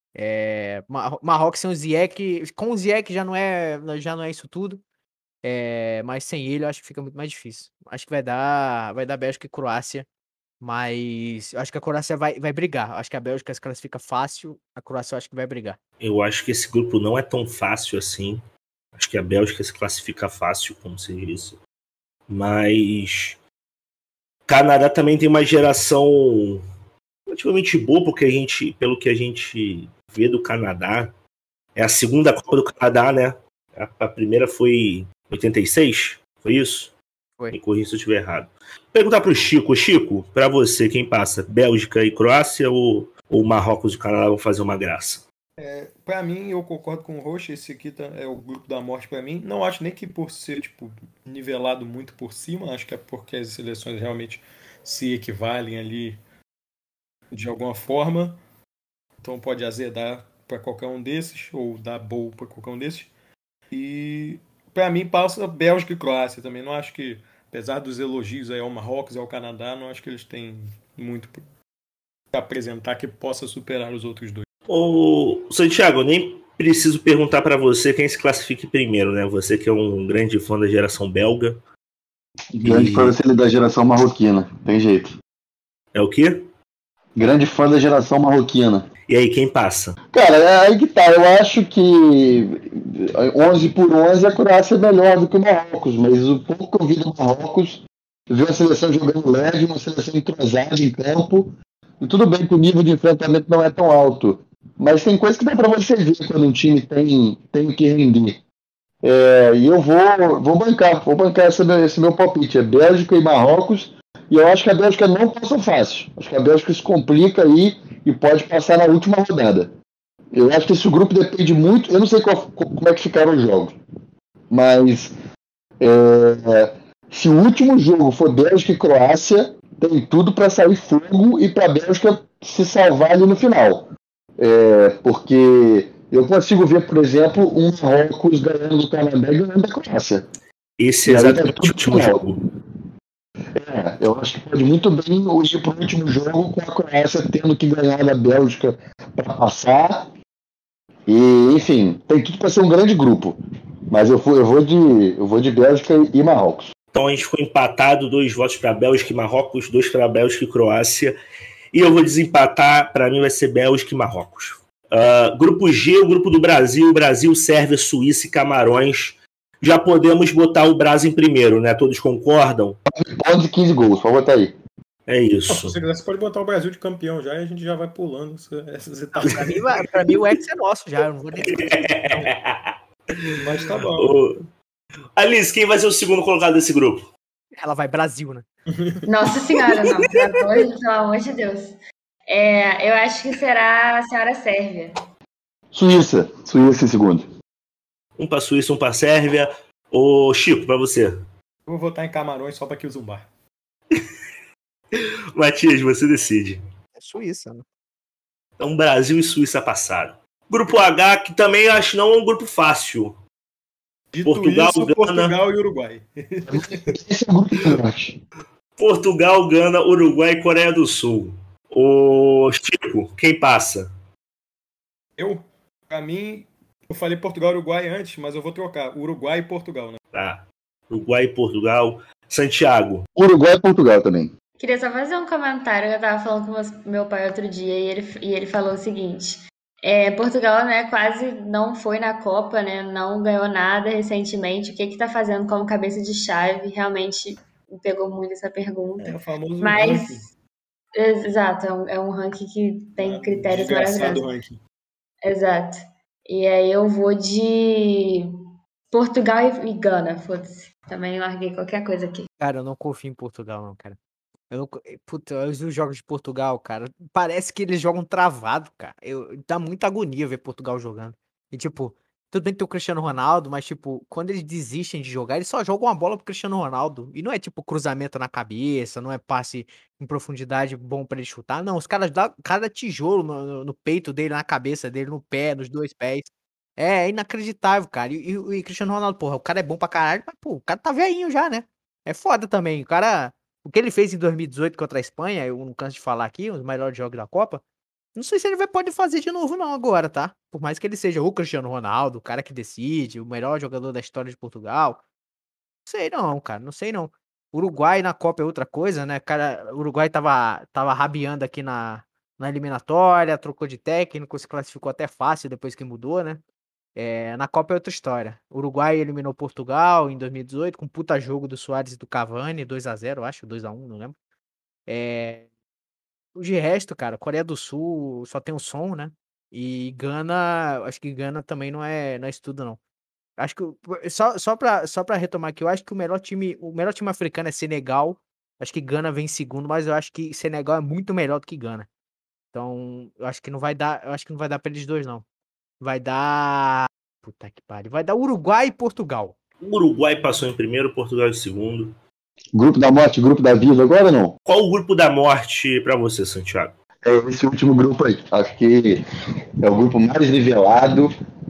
Marrocos sem o Ziyech. Com o Ziyech já não é isso tudo. Mas sem ele eu acho que fica muito mais difícil. Acho que vai dar Bélgica e Croácia. Mas eu acho que a Croácia vai brigar. Acho que a Bélgica se classifica fácil. A Croácia eu acho que vai brigar. Eu acho que esse grupo não é tão fácil assim. Acho que a Bélgica se classifica fácil, como se diz. Mas Canadá também tem uma geração relativamente boa, porque pelo que a gente vê do Canadá, é a segunda Copa do Canadá, né? A primeira foi 86, foi isso? Foi. Me corrija se eu estiver errado. Perguntar pro Chico. Chico, pra você, quem passa? Bélgica e Croácia ou Marrocos e Canadá vão fazer uma graça? Pra mim, eu concordo com o Rocha, esse aqui é o grupo da morte pra mim. Não acho nem que por ser, tipo, nivelado muito por cima, acho que é porque as seleções realmente se equivalem ali de alguma forma. Então pode azedar pra qualquer um desses, ou dar boa pra qualquer um desses. E pra mim passa Bélgica e Croácia também. Não acho que, apesar dos elogios aí ao Marrocos e ao Canadá, não acho que eles têm muito pra apresentar que possa superar os outros dois. Ô, Santiago, eu nem preciso perguntar para você quem se classifique primeiro, né? Você que é um grande fã da geração belga. Grande fã da geração marroquina, tem jeito. É o quê? Grande fã da geração marroquina. E aí, quem passa? Cara, é aí que tá. Eu acho que 11-11 a Croácia é melhor do que o Marrocos, mas o pouco que eu vi do Marrocos, vi uma seleção jogando leve, uma seleção entrosada em campo, e tudo bem que o nível de enfrentamento não é tão alto, mas tem coisa que dá pra você ver quando um time tem o que render. E eu vou bancar esse meu palpite. É Bélgica e Marrocos, e eu acho que a Bélgica não passa fácil. Acho que a Bélgica se complica aí e pode passar na última rodada. Eu acho que esse grupo depende muito. Eu não sei como é que ficaram os jogos, mas se o último jogo for Bélgica e Croácia, tem tudo para sair fogo e para a Bélgica se salvar ali no final. Porque eu consigo ver, por exemplo, um Marrocos ganhando do Canadá e ganhando da Croácia. Esse é exatamente o último jogo. Eu acho que pode muito bem ir para o último jogo com a Croácia tendo que ganhar da Bélgica para passar. E, enfim, tem tudo para ser um grande grupo. Mas eu vou de Bélgica e Marrocos. Então a gente ficou empatado, 2 votos para Bélgica e Marrocos, 2 para Bélgica e Croácia. E eu vou desempatar, para mim vai ser Bélgica e Marrocos. Grupo G, o grupo do Brasil, Sérvia, Suíça e Camarões. Já podemos botar o Brasil em primeiro, né? Todos concordam? 11 e 15 gols, pode botar aí. É isso. Se você quiser, você pode botar o Brasil de campeão já e a gente já vai pulando essas etapas. Pra mim o X é nosso já, eu não vou nem... Mas tá bom. Alice, quem vai ser o segundo colocado desse grupo? Ela vai Brasil, né? Nossa senhora, não. Pelo amor de Deus. Eu acho que será a senhora Sérvia. Suíça em segundo. Um para Suíça, um para Sérvia. Ô, Chico, para você. Eu vou votar em Camarões só para que o Zumbar. Matias, você decide. É Suíça, né? Então, Brasil e Suíça passaram. Grupo H, que também acho não é um grupo fácil. Dito Portugal, isso, Gana. Portugal e Uruguai. Esse é o grupo forte. Portugal, Gana, Uruguai e Coreia do Sul. Ô, Chico, quem passa? Pra mim, eu falei Portugal e Uruguai antes, mas eu vou trocar. Uruguai e Portugal, né? Tá. Uruguai e Portugal. Santiago. Uruguai e Portugal também. Queria só fazer um comentário. Eu tava falando com meu pai outro dia e ele falou o seguinte: Portugal, né, quase não foi na Copa, né? Não ganhou nada recentemente. O que tá fazendo como cabeça de chave? Realmente me pegou muito essa pergunta. É o famoso Mas, ranking. exato, é um ranking que tem critérios Desgraçado maravilhosos. ranking. Exato. E aí eu vou de Portugal e Gana, foda-se. Também larguei qualquer coisa aqui. Cara, eu não confio em Portugal, não, cara. Eu vi os jogos de Portugal, cara. Parece que eles jogam travado, cara. Dá muita agonia ver Portugal jogando. E, tipo, tudo bem que tem o Cristiano Ronaldo, mas, tipo, quando eles desistem de jogar, eles só jogam a bola pro Cristiano Ronaldo. E não é, tipo, cruzamento na cabeça, não é passe em profundidade bom pra ele chutar. Não, os caras dão cada tijolo no peito dele, na cabeça dele, no pé, nos 2 pés. É inacreditável, cara. E Cristiano Ronaldo, porra, o cara é bom pra caralho, mas, pô, o cara tá velhinho já, né? É foda também. O cara. O que ele fez em 2018 contra a Espanha, eu não canso de falar aqui, os melhores jogos da Copa. Não sei se ele pode fazer de novo, não, agora, tá? Por mais que ele seja o Cristiano Ronaldo, o cara que decide, o melhor jogador da história de Portugal. Não sei não, cara, não sei não. Uruguai na Copa é outra coisa, né? Cara, o Uruguai tava rabiando aqui na eliminatória, trocou de técnico, se classificou até fácil depois que mudou, né? Na Copa é outra história. O Uruguai eliminou Portugal em 2018 com um puta jogo do Suárez e do Cavani, 2-0, acho, 2-1, não lembro. De resto, cara, Coreia do Sul só tem o som, né? E Gana, acho que Gana também não é isso tudo, não. Acho que só pra retomar aqui, eu acho que o melhor time africano é Senegal. Acho que Gana vem em segundo, mas eu acho que Senegal é muito melhor do que Gana. Então, eu acho que não vai dar pra eles dois, não. Vai dar. Puta que pariu. Vai dar Uruguai e Portugal. O Uruguai passou em primeiro, Portugal em segundo. Grupo da morte, grupo da vida agora ou não? Qual o grupo da morte pra você, Santiago? É esse último grupo aí. Acho que é o grupo mais nivelado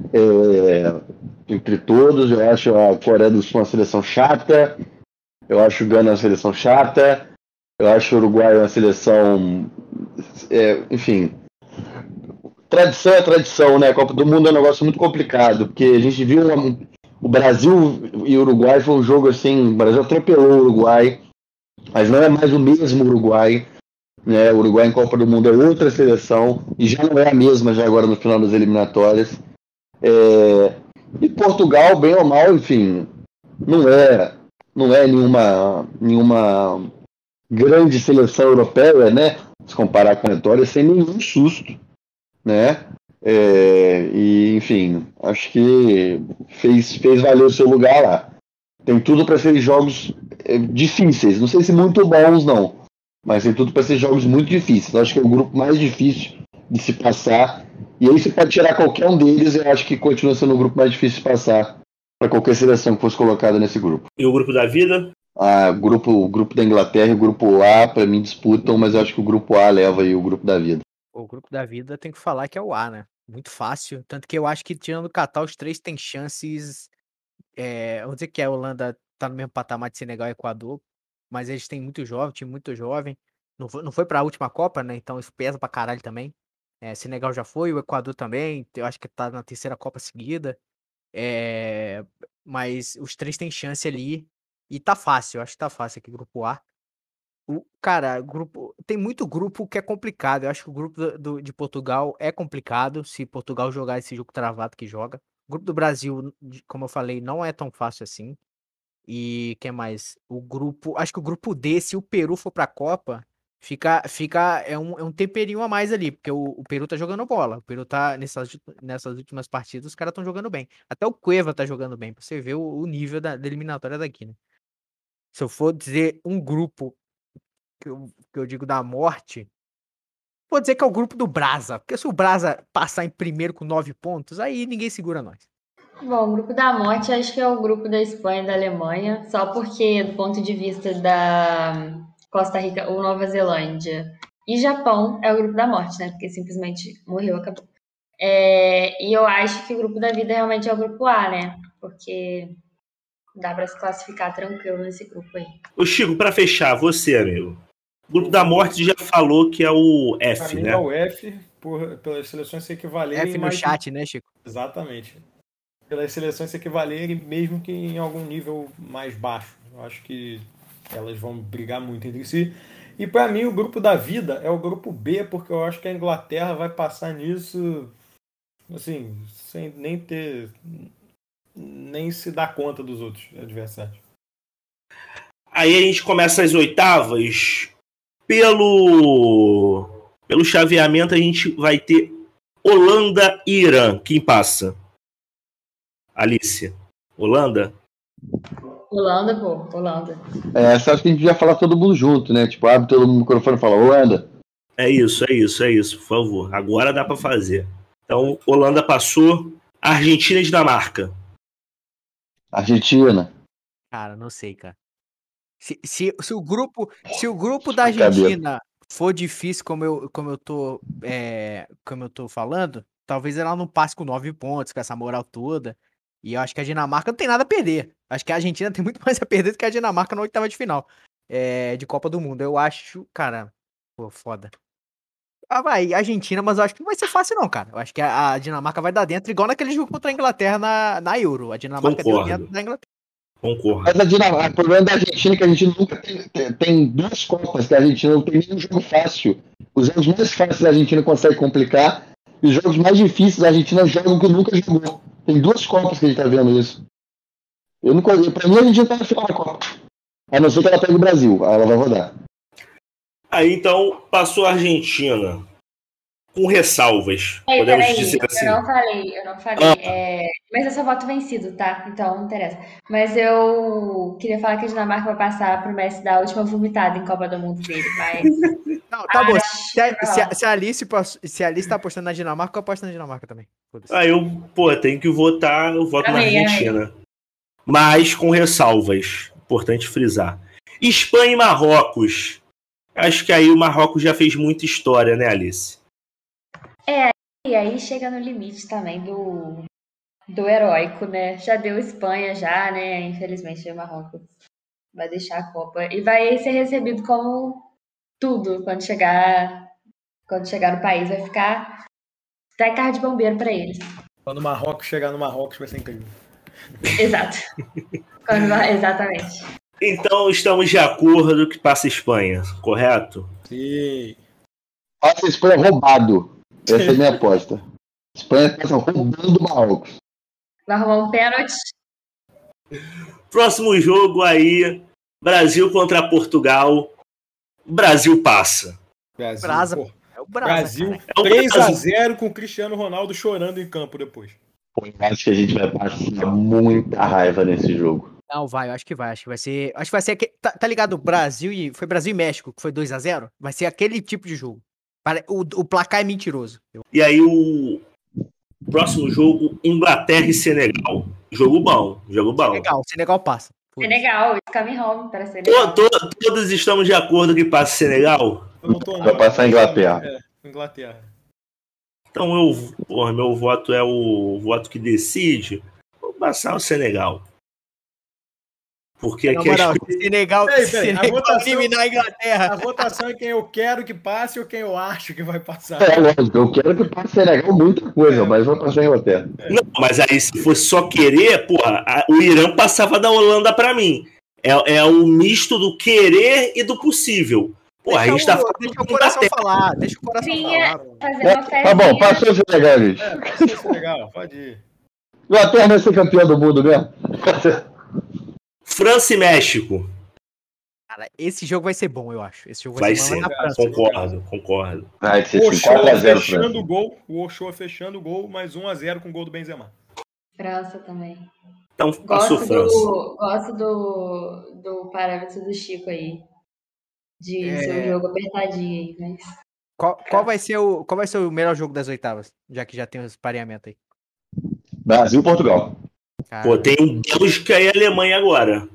entre todos. Eu acho a Coreia do Sul uma seleção chata. Eu acho o Gana uma seleção chata. Eu acho o Uruguai uma seleção. Enfim. tradição é tradição, né? A Copa do Mundo é um negócio muito complicado, porque a gente viu o Brasil e o Uruguai foi um jogo assim, o Brasil atropelou o Uruguai, mas não é mais o mesmo Uruguai, né? O Uruguai em Copa do Mundo é outra seleção, e já não é a mesma já agora no final das eliminatórias. E Portugal, bem ou mal, enfim, não é nenhuma grande seleção europeia, né? Se comparar com a Vitória, sem nenhum susto, né? E, enfim, acho que fez valer o seu lugar lá. Tem tudo para ser jogos difíceis, não sei se muito bons, não, mas tem tudo para ser jogos muito difíceis. Acho que é o grupo mais difícil de se passar. E aí você pode tirar qualquer um deles, eu acho que continua sendo o grupo mais difícil de passar para qualquer seleção que fosse colocada nesse grupo. E o grupo da vida? O grupo da Inglaterra e o grupo A, para mim, disputam, mas eu acho que o grupo A leva aí o grupo da vida. O grupo da vida tem que falar que é o A, né? Muito fácil. Tanto que eu acho que, tirando o Catar, os três têm chances. Vamos dizer que a Holanda tá no mesmo patamar de Senegal e Equador, mas eles têm muito jovem, time muito jovem. Não foi pra última Copa, né? Então isso pesa pra caralho também. Senegal já foi, o Equador também. Eu acho que tá na terceira Copa seguida. Mas os três têm chance ali. E tá fácil, eu acho que tá fácil aqui, grupo A. Cara, tem muito grupo que é complicado. Eu acho que o grupo de Portugal é complicado, se Portugal jogar esse jogo travado que joga. O grupo do Brasil, como eu falei, não é tão fácil assim. E quem mais? Acho que o grupo D, se o Peru for pra Copa, é um temperinho a mais ali, porque o Peru tá jogando bola. O Peru tá nessas últimas partidas, os caras estão jogando bem. Até o Cueva tá jogando bem, pra você ver o nível da eliminatória daqui, né? Se eu for dizer um grupo que eu digo da morte, vou dizer que é o grupo do Brasa. Porque se o Brasa passar em primeiro com 9 pontos, aí ninguém segura nós. Bom, o grupo da morte acho que é o grupo da Espanha e da Alemanha, só porque, do ponto de vista da Costa Rica ou Nova Zelândia e Japão, é o grupo da morte, né? Porque simplesmente morreu, acabou. E eu acho que o grupo da vida realmente é o grupo A, né? Porque dá pra se classificar tranquilo nesse grupo aí. Ô Chico, pra fechar, você, amigo. O grupo da morte já falou que é o F, pra mim né? é o F, pelas seleções se equivalerem. F no chat, né, Chico? Exatamente. Pelas seleções se equivalerem, mesmo que em algum nível mais baixo. Eu acho que elas vão brigar muito entre si. E para mim o grupo da vida é o grupo B, porque eu acho que a Inglaterra vai passar nisso assim, sem nem se dar conta dos outros adversários. Aí a gente começa as oitavas. Pelo chaveamento a gente vai ter Holanda e Irã. Quem passa? Alice. Holanda? Holanda, pô. Holanda. Só acho que a gente devia falar todo mundo junto, né? Tipo, abre todo mundo no microfone e fala, Holanda. É isso, por favor. Agora dá pra fazer. Então, Holanda passou. Argentina e Dinamarca. Argentina. Cara, não sei, cara. Se o grupo da Argentina for difícil, como eu tô falando, talvez ela não passe com 9 pontos, com essa moral toda. E eu acho que a Dinamarca não tem nada a perder. Acho que a Argentina tem muito mais a perder do que a Dinamarca na oitava de final de Copa do Mundo. Eu acho, cara, pô, foda. Vai, Argentina, mas eu acho que não vai ser fácil não, cara. Eu acho que a Dinamarca vai dar dentro, igual naquele jogo contra a Inglaterra na Euro. A Dinamarca deu dentro da Inglaterra. Concordo. Mas a Dinamarca, o problema da Argentina é que a Argentina nunca tem 2 Copas que a Argentina não tem nenhum jogo fácil. Os jogos mais fáceis a Argentina consegue complicar, e os jogos mais difíceis a Argentina joga que nunca jogou. Tem 2 Copas que a gente tá vendo isso. Pra mim a Argentina tá na final da Copa. A não ser que ela pegue o Brasil, aí ela vai rodar. Aí então passou a Argentina. Com ressalvas. Podemos dizer assim. Eu não falei. Mas eu só voto vencido, tá? Então não interessa. Mas eu queria falar que a Dinamarca vai passar pro Messi da última vomitada em Copa do Mundo dele, mas... Não, tá bom. Se a Alice tá apostando na Dinamarca, eu aposto na Dinamarca também. Eu tenho que votar, eu voto na Argentina. Mas com ressalvas. Importante frisar. Espanha e Marrocos. Acho que aí o Marrocos já fez muita história, né, Alice? E aí chega no limite também do heróico, né? Já deu Espanha, já, né? Infelizmente o Marrocos vai deixar a Copa. E vai ser recebido como tudo quando chegar no país. Vai ficar Até carro de bombeiro pra eles. Quando o Marrocos chegar no Marrocos vai ser incrível. Exato. Exatamente. Então estamos de acordo que passa a Espanha, correto? Sim. Passa a Espanha roubado. Essa é a minha aposta. Espanha passa roubando o Marrocos. Vai arrumar um pênalti. Próximo jogo aí, Brasil contra Portugal. Brasil passa. Brasil, Brasa. pô. É o Brasa, Brasil cara. É o 3-0 com o Cristiano Ronaldo chorando em campo depois. Pô, eu acho que a gente vai passar muita raiva nesse jogo. Não, vai, eu acho que vai. Acho que vai ser. Acho que vai ser aquele. Tá ligado? Foi Brasil e México, que foi 2-0. Vai ser aquele tipo de jogo. O placar é mentiroso. E aí o próximo jogo, Inglaterra e Senegal. Jogo bom, jogo bom. Senegal passa. Senegal, it's coming home para Senegal. Todos estamos de acordo que passa Senegal? Eu não tô, Vai passar a Inglaterra. Inglaterra. Então meu voto é o voto que decide. Vou passar o Senegal. Porque aqui Senegal, Peraí, Senegal a votação- eliminar a Inglaterra. A votação é quem eu quero que passe ou quem eu acho que vai passar. É lógico, eu quero que passe Senegal muita coisa, mas vou passar a Inglaterra. Não, mas aí se fosse só querer, porra, o Irã passava da Holanda pra mim. É o misto do querer e do possível. Porra, a gente tá falando Deixa o coração falar. Deixa o coração Vinha falar. fazer uma festinha. Tá bom, passou o Senegal, gente. Passou o Senegal, pode ir. Inglaterra vai ser campeão do mundo mesmo. França e México. Cara, esse jogo vai ser bom, eu acho. Esse jogo Vai ser ser. bom na França. Concordo. Vai ser O assim, Ochoa 4x0 fechando o França. gol. O Ochoa fechando o gol, mais 1-0 com o gol do Benzema. França também. Então passou França. Gosto do parâmetro do Chico aí. De ser um jogo apertadinho aí, mas. Qual vai ser o melhor jogo das oitavas? Já que já tem os pareamentos aí. Brasil e Portugal. Cara, Pô, tem Bélgica e Alemanha agora.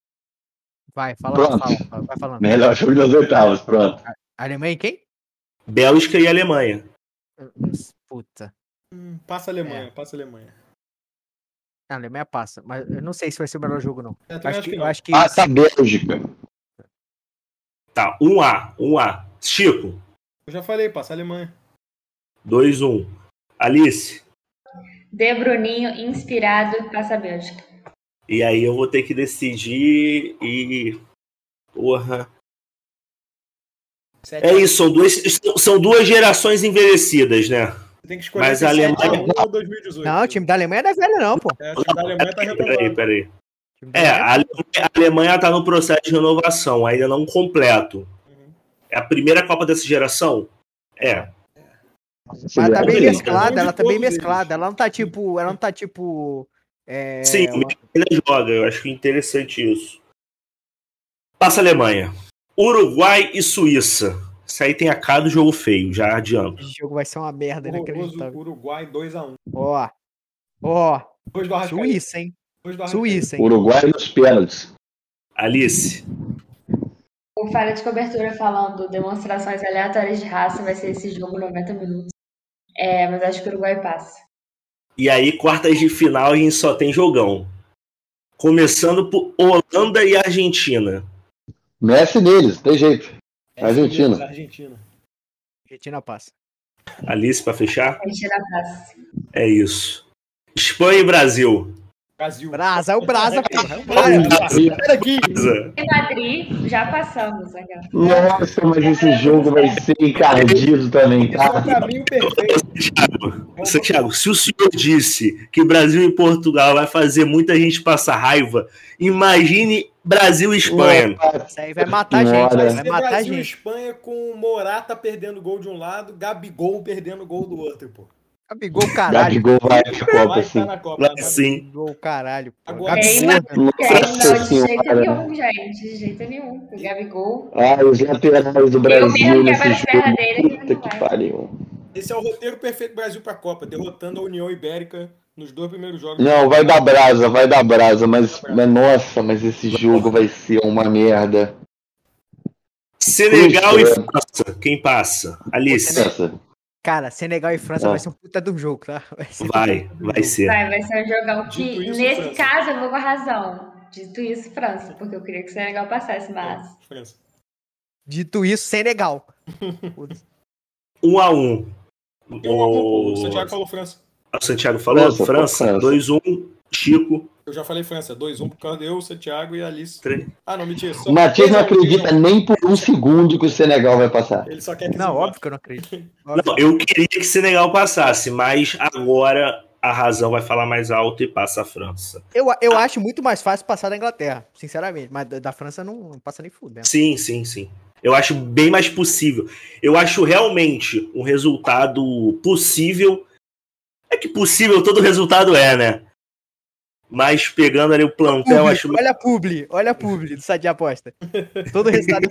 vai Pronto. vai falando. Melhor jogo das oitavas, pronto. Alemanha e quem? Bélgica e Alemanha. Puta. Passa a Alemanha, passa a Alemanha. A Alemanha passa, mas eu não sei se vai ser o melhor jogo, não. Eu também acho que Eu não. acho que Passa a Bélgica. Tá, 1-A. Chico, Eu já falei, passa a Alemanha. 2-1. Alice. De Bruninho, inspirado, passa a Bélgica. E aí eu vou ter que decidir e... Porra. É isso, são duas gerações envelhecidas, né? Você tem que escolher Mas se a é Alemanha- 7-1 ou 2018. Não, o time da Alemanha não é velho, não, pô. É, o time da Alemanha tá renovado. Peraí. O time da Alemanha- A Alemanha tá no processo de renovação, ainda não completo. É a primeira Copa dessa geração? É. Mas tá bem Beleza. mesclada, ela tá bem Todos mesclada. eles. Ela não tá tipo. Sim, o Messi ainda joga, eu acho interessante isso. Passa a Alemanha. Uruguai e Suíça. Isso aí tem a cara do jogo feio, já adianto. Esse jogo vai ser uma merda Horroroso, inacreditável. Uruguai 2-1. Ó, Dois do Arrascaeta. Suíça, hein? Dois do Arrascaeta. Suíça, hein? Uruguai nos pênaltis. Alice. O Falha de Cobertura falando demonstrações aleatórias de raça vai ser esse jogo 90 minutos. Mas acho que o Uruguai passa. E aí, quartas de final, a gente só tem jogão. Começando por Holanda e Argentina. Messi neles, tem jeito. Argentina. Argentina passa. Alice, pra fechar? Argentina passa. É isso. Espanha e Brasil. Brasil. Brasa, é o Brasa, porra. É o Brasa. Espera aqui. Em Madrid, já passamos. Né? Nossa, mas esse jogo vai ser encardido também, Esse é o tá? caminho perfeito. Santiago, se o senhor disse que Brasil e Portugal vai fazer muita gente passar raiva, imagine Brasil e Espanha. Isso aí vai matar a gente, Senhora. vai matar a Brasil e gente. Espanha com Morata perdendo gol de um lado, Gabigol perdendo gol do outro, pô. Gabigol, caralho. Gabigol vai na Copa, Vai sim. estar na Copa. Vai sim. Gabigol, caralho. Pô. Agora- Gabigol, Nossa Não, de jeito senhora. nenhum, gente. De jeito nenhum. O Gabigol. Ah, os laterais do Brasil mesmo nesse quebro as pernas dele, jogo. Puta não que vai. pariu. Esse é o roteiro perfeito do Brasil pra Copa, derrotando a União Ibérica nos 2 primeiros jogos. Não, vai dar brasa, mas nossa, mas esse jogo vai ser uma merda. Senegal e França. Quem passa? Alice. Essa. Cara, Senegal e França Ah. vai ser um puta de um jogo, tá? Vai Vai ser. Vai ser um jogão que, Dito isso, nesse França. caso, eu vou com a razão. Dito isso, França, porque eu queria que o Senegal passasse, mas. França. Dito isso, Senegal. 1-1. O Santiago falou França. O Santiago falou? França. 2-1, Chico. Eu já falei França. 2-1 por causa eu, o Santiago e a Alice. 3. Ah, não, mentira. O Matias não 3-1, acredita nem por um segundo que o Senegal vai passar. Ele só quer que Não, se óbvio que eu não acredito. Não, eu queria que Senegal passasse, mas agora a razão vai falar mais alto e passa a França. Eu acho muito mais fácil passar da Inglaterra, sinceramente. Mas da França não passa nem fudendo. Sim. Eu acho bem mais possível. Eu acho realmente um resultado possível. É que possível todo resultado é, né? Mas pegando ali o plantel, eu acho. Olha a publi do site de aposta. Todo resultado.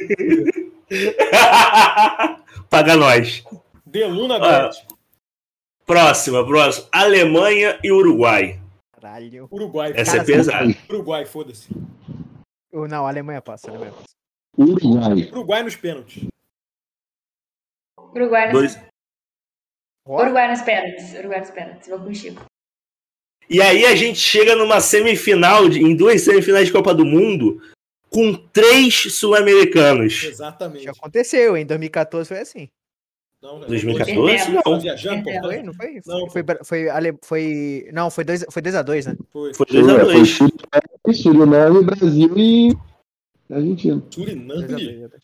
Paga nós. Deluna Bet. Próxima. Alemanha e Uruguai. Caralho. Uruguai. Essa Cara, é pesada. Uruguai, foda-se. Não, a Alemanha passa. Uruguai. Uruguai nos pênaltis. Uruguai Dois. nos pênaltis. Vou com o Chico. E aí a gente chega numa semifinal, em 2 semifinais de Copa do Mundo, com 3 sul-americanos. Exatamente. Já aconteceu, em 2014 foi assim. Não, 2014? Não. Tá viajando, pô? Foi, Não foi? Não, Foi 2-2, né? Foi. Foi 2-2. Foi Suriname, Brasil e Argentina. Suriname. 2-2.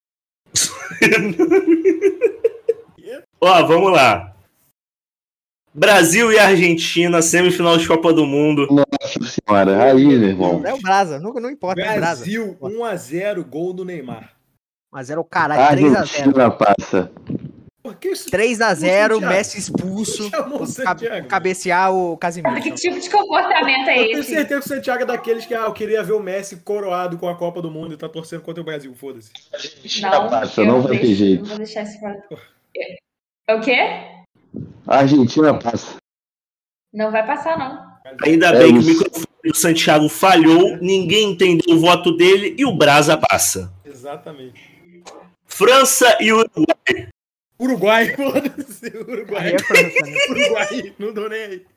Ó, vamos lá. Brasil e Argentina, semifinal de Copa do Mundo. Nossa senhora, aí, meu irmão. É o Brasa, não importa. É o Brasa. Brasil, 1-0, gol do Neymar. Mas era o caralho, 3-0. Argentina passa. Por que isso? 3-0, Messi expulso. Chamou o Santiago. Cabecear o Casimiro. Que tipo de comportamento é Eu tenho esse? certeza que o Santiago é daqueles que eu queria ver o Messi coroado com a Copa do Mundo e tá torcendo contra o Brasil, foda-se. Argentina passa, não vai ter jeito. Não vou deixar isso fora. É o quê? A Argentina passa. Não vai passar, não. Ainda bem que o microfone do Santiago falhou, ninguém entendeu o voto dele e o Brasa passa. Exatamente. França e Uruguai. Uruguai, foda-se. Uruguai. Aí é França, né? Uruguai, não dou nem aí.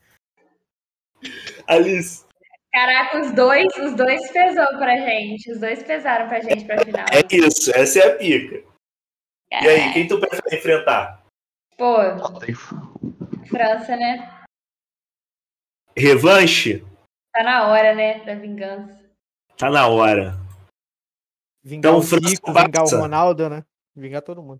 Alice. Caraca, os dois pesou pra gente. Os dois pesaram pra gente pra final. É isso, essa é a pica. E aí, quem tu prefere enfrentar? Pô, França, né? Revanche? Tá na hora, né? Da vingança. Tá na hora. Vingar Então, o França Zico, vingar passa. o Ronaldo, né? Vingar todo mundo.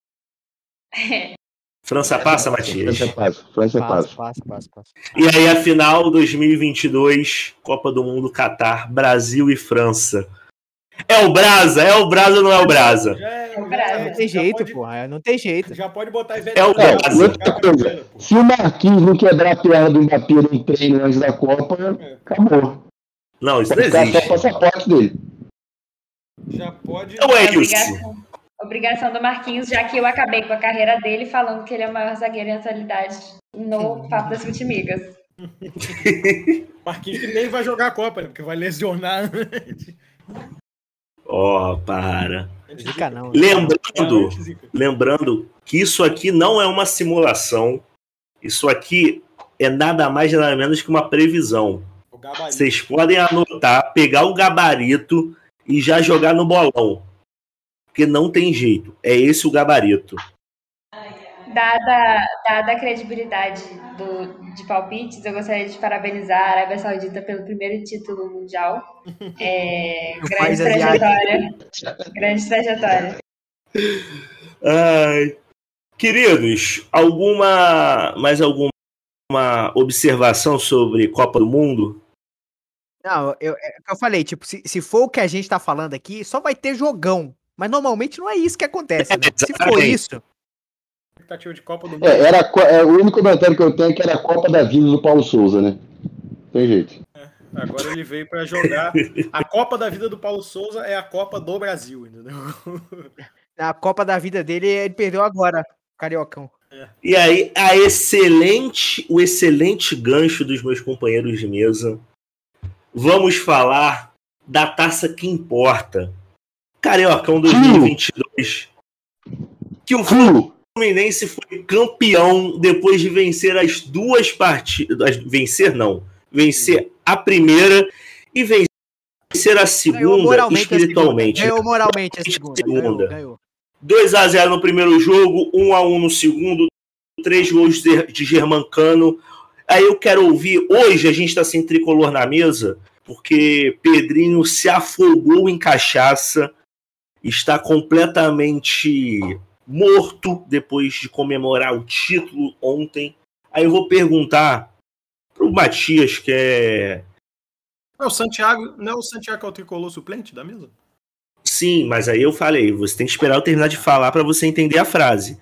França passa, Matias? França passa. Passa. E aí, a final 2022, Copa do Mundo Catar, Brasil e França. É o Brasa ou não é o Brasa? Não tem jeito, porra. Não tem jeito. Já pode botar aí, É o Brasa. Outra coisa, se o Marquinhos não quebrar a perna do Mbappé no treino antes da Copa, acabou. Não, isso não Pode ficar só o existe. passaporte dele. Já pode. Então é isso. Obrigação do Marquinhos, já que eu acabei com a carreira dele falando que ele é o maior zagueiro em atualidade no Papo das Futimigas. Marquinhos que nem vai jogar a Copa, né? Porque vai lesionar. Ó, para. Zica não. Lembrando que isso aqui não é uma simulação. Isso aqui é nada mais nada menos que uma previsão. Vocês podem anotar, pegar o gabarito e já jogar no bolão. Porque não tem jeito. É esse o gabarito. Dada a credibilidade de palpites, eu gostaria de parabenizar a Arábia Saudita pelo primeiro título mundial. Grande trajetória. Ai. Queridos, mais alguma observação sobre Copa do Mundo? Não, eu falei, tipo, se for o que a gente tá falando aqui, só vai ter jogão. Mas normalmente não é isso que acontece, né? Se for isso... Expectativa de Copa do Mundo. O único comentário que eu tenho é que era a Copa da Vida do Paulo Souza, né? Tem jeito. Agora ele veio pra jogar. A Copa da Vida do Paulo Souza é a Copa do Brasil, entendeu? A Copa da vida dele, ele perdeu agora, Cariocão. E aí, o excelente gancho dos meus companheiros de mesa. Vamos falar da taça que importa. Cariocão 2022. Que o Fluminense foi campeão depois de vencer as duas partidas. Vencer a primeira e vencer a segunda espiritualmente. Ganhou moralmente a segunda. Ganhou. 2-0 no primeiro jogo, 1-1 no segundo, 3 gols de Germancano. Aí eu quero ouvir, hoje a gente está sem tricolor na mesa, porque Pedrinho se afogou em cachaça, está completamente morto depois de comemorar o título ontem. Aí eu vou perguntar pro Matias, que é... Não, o Santiago que é o tricolor suplente da mesa? Sim, mas aí eu falei, você tem que esperar eu terminar de falar para você entender a frase.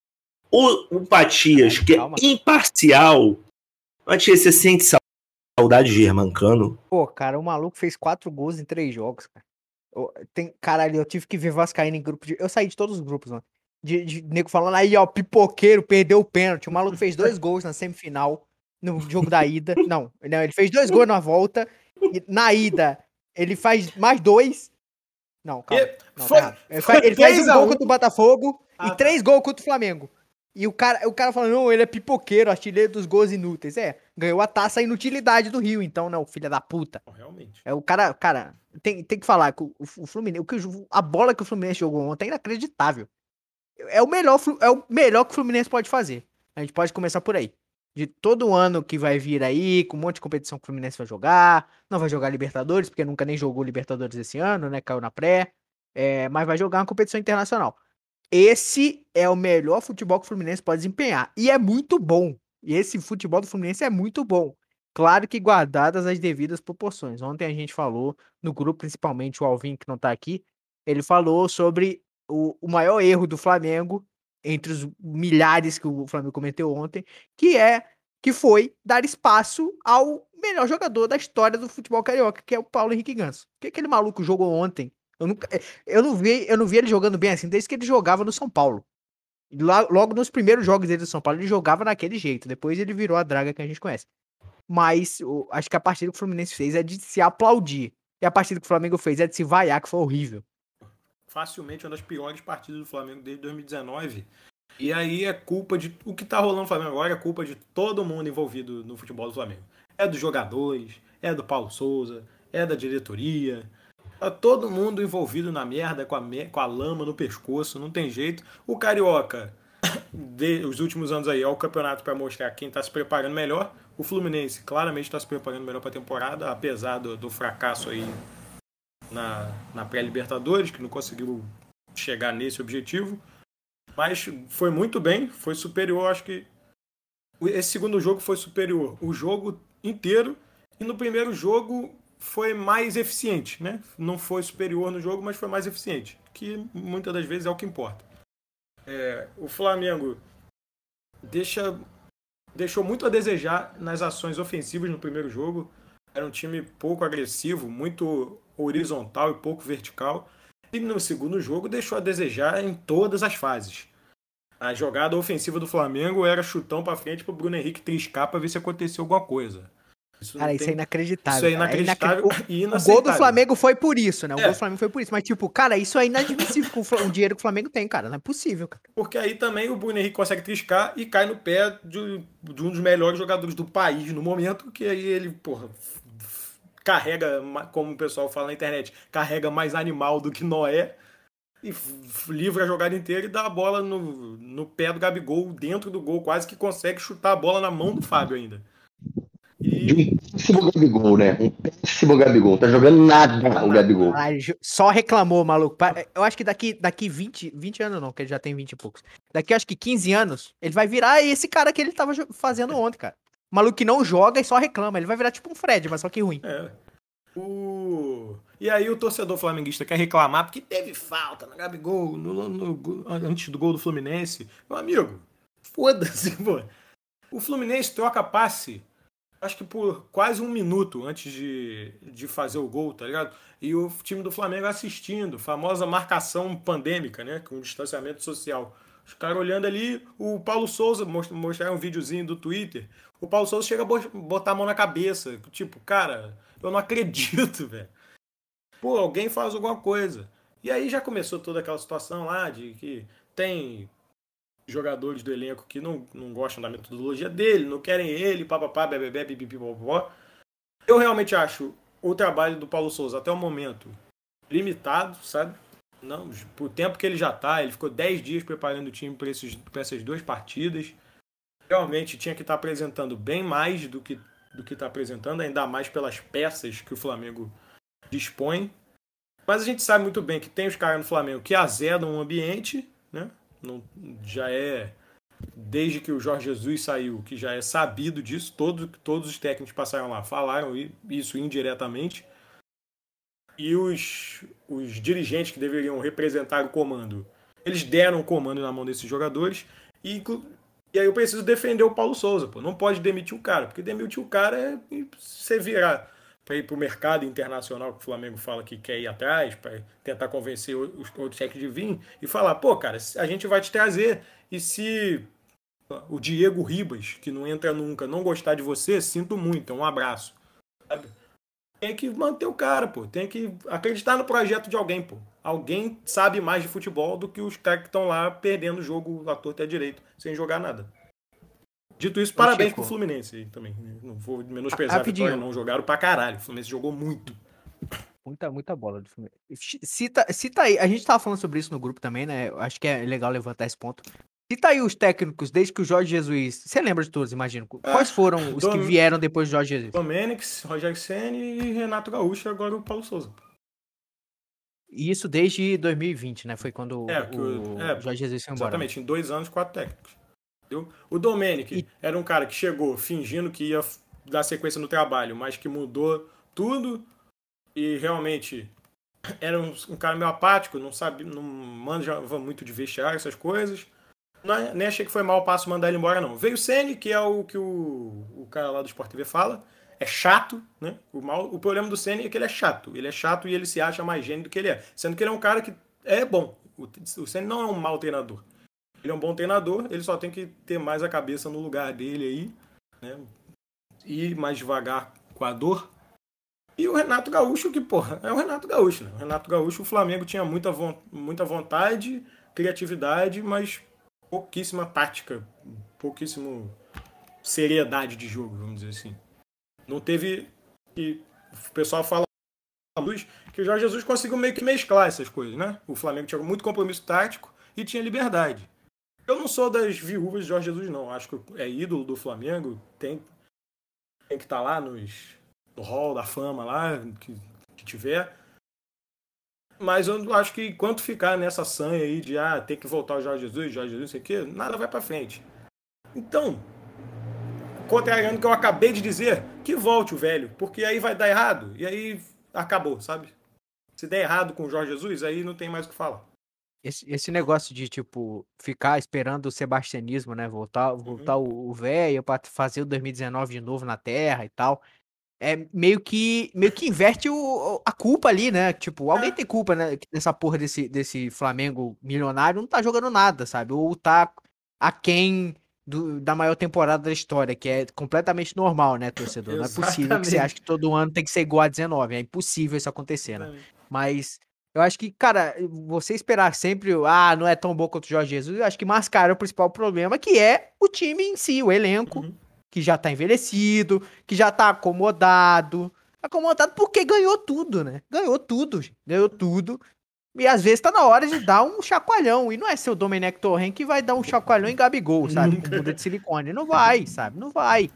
O Matias, que é imparcial... Matias, você sente saudade de Germancano? Pô, cara, o maluco fez 4 gols em 3 jogos, cara. Caralho, eu tive que ver Vascaíno em grupo de... Eu saí de todos os grupos, mano. De nego falando aí, ó, pipoqueiro, perdeu o pênalti. O maluco fez 2 gols na semifinal, no jogo da ida. Não, ele fez 2 gols na volta. E na ida, ele faz mais 2. Não, calma. Não, tá errado. Ele faz 1 gol contra o Botafogo e 3 gols contra o Flamengo. E o cara falando, não, ele é pipoqueiro, artilheiro dos gols inúteis. Ganhou a taça inutilidade do Rio, então, não, filha da puta. Realmente. O cara, tem que falar que o Fluminense, a bola que o Fluminense jogou ontem é inacreditável. É o melhor que o Fluminense pode fazer. A gente pode começar por aí. De todo ano que vai vir aí, com um monte de competição que o Fluminense vai jogar, não vai jogar Libertadores, porque nunca nem jogou Libertadores esse ano, né, caiu na pré, mas vai jogar uma competição internacional. Esse é o melhor futebol que o Fluminense pode desempenhar. E é muito bom. E esse futebol do Fluminense é muito bom. Claro que guardadas as devidas proporções. Ontem a gente falou, no grupo, principalmente o Alvin, que não tá aqui, ele falou sobre o maior erro do Flamengo, entre os milhares que o Flamengo cometeu ontem, que foi dar espaço ao melhor jogador da história do futebol carioca, que é o Paulo Henrique Ganso. O que aquele maluco jogou ontem? Eu não vi ele jogando bem assim desde que ele jogava no São Paulo. Logo nos primeiros jogos dele do São Paulo, ele jogava daquele jeito. Depois ele virou a draga que a gente conhece. Mas acho que a partida que o Fluminense fez é de se aplaudir. E a partida que o Flamengo fez é de se vaiar, que foi horrível. Facilmente uma das piores partidas do Flamengo desde 2019. E aí é culpa de... O que tá rolando no Flamengo agora é culpa de todo mundo envolvido no futebol do Flamengo. É dos jogadores, é do Paulo Souza, é da diretoria... Tá todo mundo envolvido na merda, com a lama no pescoço, não tem jeito. O Carioca, os últimos anos aí, é o campeonato para mostrar quem tá se preparando melhor. O Fluminense claramente está se preparando melhor para a temporada, apesar do fracasso aí na pré-Libertadores, que não conseguiu chegar nesse objetivo. Mas foi muito bem, foi superior, acho que esse segundo jogo foi superior o jogo inteiro. E no primeiro jogo... foi mais eficiente, né? Não foi superior no jogo, mas foi mais eficiente, que muitas das vezes é o que importa. O Flamengo deixou muito a desejar nas ações ofensivas no primeiro jogo. Era um time pouco agressivo, muito horizontal e pouco vertical. E no segundo jogo deixou a desejar em todas as fases. A jogada ofensiva do Flamengo era chutão pra frente pro Bruno Henrique triscar pra ver se acontecia alguma coisa. Isso é inacreditável. Isso é inacreditável e inaceitável. O gol do Flamengo foi por isso, né? O gol do Flamengo foi por isso. Mas, tipo, cara, isso é inadmissível com o dinheiro que o Flamengo tem, cara. Não é possível, cara. Porque aí também o Bruno Henrique consegue triscar e cai no pé de um dos melhores jogadores do país no momento, que aí ele, porra, carrega, como o pessoal fala na internet, carrega mais animal do que Noé e livra a jogada inteira e dá a bola no pé do Gabigol, dentro do gol, quase que consegue chutar a bola na mão do Fábio ainda. De um péssimo Gabigol, né? Um péssimo Gabigol. Tá jogando nada o Gabigol. Só reclamou, maluco. Eu acho que daqui 20 anos não, que ele já tem 20 e poucos. Daqui acho que 15 anos, ele vai virar esse cara que ele tava fazendo ontem, cara. O maluco que não joga e só reclama. Ele vai virar tipo um Fred, mas só que ruim. E aí o torcedor flamenguista quer reclamar porque teve falta no Gabigol antes do gol do Fluminense. Meu amigo, foda-se, pô. O Fluminense troca passe acho que por quase 1 minuto antes de fazer o gol, tá ligado? E o time do Flamengo assistindo, famosa marcação pandêmica, né? Com distanciamento social. Os caras olhando ali, o Paulo Souza, mostraram um videozinho do Twitter, o Paulo Souza chega a botar a mão na cabeça. Tipo, cara, eu não acredito, velho. Pô, alguém faz alguma coisa. E aí já começou toda aquela situação lá de que tem jogadores do elenco que não gostam da metodologia dele, não querem ele, papapá, bebê, bibibibobó. Eu realmente acho o trabalho do Paulo Souza até o momento limitado, sabe? Não, pro tempo que ele já tá, ele ficou 10 dias preparando o time para essas 2 partidas. realmente tinha que estar apresentando bem mais do que está apresentando, ainda mais pelas peças que o Flamengo dispõe. Mas a gente sabe muito bem que tem os caras no Flamengo que azedam o ambiente, né? Não, já é, desde que o Jorge Jesus saiu, que já é sabido disso, todos os técnicos que passaram lá falaram isso indiretamente. E os dirigentes que deveriam representar o comando, eles deram o comando na mão desses jogadores. E aí eu preciso defender o Paulo Souza. Pô. Não pode demitir o cara, porque demitir o cara é você virar para ir para o mercado internacional, que o Flamengo fala que quer ir atrás, para tentar convencer os outros técnicos de vir, e falar, pô, cara, a gente vai te trazer, e se o Diego Ribas, que não entra nunca, não gostar de você, sinto muito, um abraço. Sabe? Tem que manter o cara, pô. Tem que acreditar no projeto de alguém, pô. Alguém sabe mais de futebol do que os caras que estão lá perdendo o jogo à torta e à direita, sem jogar nada. Dito isso, parabéns pro Fluminense aí também. Não vou menosprezar a vitória, não. Jogaram pra caralho. O Fluminense jogou muito. Muita bola do Fluminense. Cita aí, a gente tava falando sobre isso no grupo também, né? Eu acho que é legal levantar esse ponto. Cita aí os técnicos, desde que o Jorge Jesus... Você lembra de todos, imagino. Quais foram os que vieram depois do Jorge Jesus? Domênics, Rogério Ceni e Renato Gaúcho, agora o Paulo Souza. E isso desde 2020, né? Foi quando o Jorge Jesus foi embora. Exatamente, em 2 anos, 4 técnicos. Entendeu? O Domênic era um cara que chegou fingindo que ia dar sequência no trabalho, mas que mudou tudo e realmente era um cara meio apático, não manjava muito de vestiário, essas coisas. Nem achei que foi mau passo mandar ele embora, não. Veio o Ceni, que é o que o cara lá do Sport TV fala. É chato, né? O problema do Ceni é que ele é chato. Ele é chato e ele se acha mais gênio do que ele é. Sendo que ele é um cara que é bom. O Ceni não é um mau treinador. Ele é um bom treinador, ele só tem que ter mais a cabeça no lugar dele aí, né? Ir mais devagar com a dor. E o Renato Gaúcho, que, porra, é o Renato Gaúcho, né? O Renato Gaúcho, o Flamengo tinha muita vontade, criatividade, mas pouquíssima tática, pouquíssima seriedade de jogo, vamos dizer assim. Não teve... E o pessoal fala que o Jorge Jesus conseguiu meio que mesclar essas coisas, né? O Flamengo tinha muito compromisso tático e tinha liberdade. Eu não sou das viúvas de Jorge Jesus, não. Acho que é ídolo do Flamengo, tem que estar lá no hall da fama lá, que tiver. Mas eu acho que enquanto ficar nessa sanha aí de tem que voltar o Jorge Jesus, não sei o quê, nada vai pra frente. Então, contrariando o que eu acabei de dizer, que volte o velho, porque aí vai dar errado, e aí acabou, sabe? Se der errado com o Jorge Jesus, aí não tem mais o que falar. Esse negócio de, tipo, ficar esperando o sebastianismo, né? Voltar o velho pra fazer o 2019 de novo na Terra e tal. É meio que inverte a culpa ali, né? Tipo, alguém tem culpa, né? Nessa porra desse Flamengo milionário não tá jogando nada, sabe? Ou tá aquém da maior temporada da história, que é completamente normal, né, torcedor? Não é possível que você ache que todo ano tem que ser igual a 19. É impossível isso acontecer, né? Mas eu acho que, cara, você esperar sempre, não é tão bom quanto o Jorge Jesus, eu acho que mascara o principal problema, que é o time em si, o elenco, que já tá envelhecido, que já tá acomodado. Acomodado porque ganhou tudo, né? Ganhou tudo. E às vezes tá na hora de dar um chacoalhão. E não é seu Domenech Torrent que vai dar um chacoalhão em Gabigol, sabe? Com bunda de silicone. Não vai, sabe? Não vai.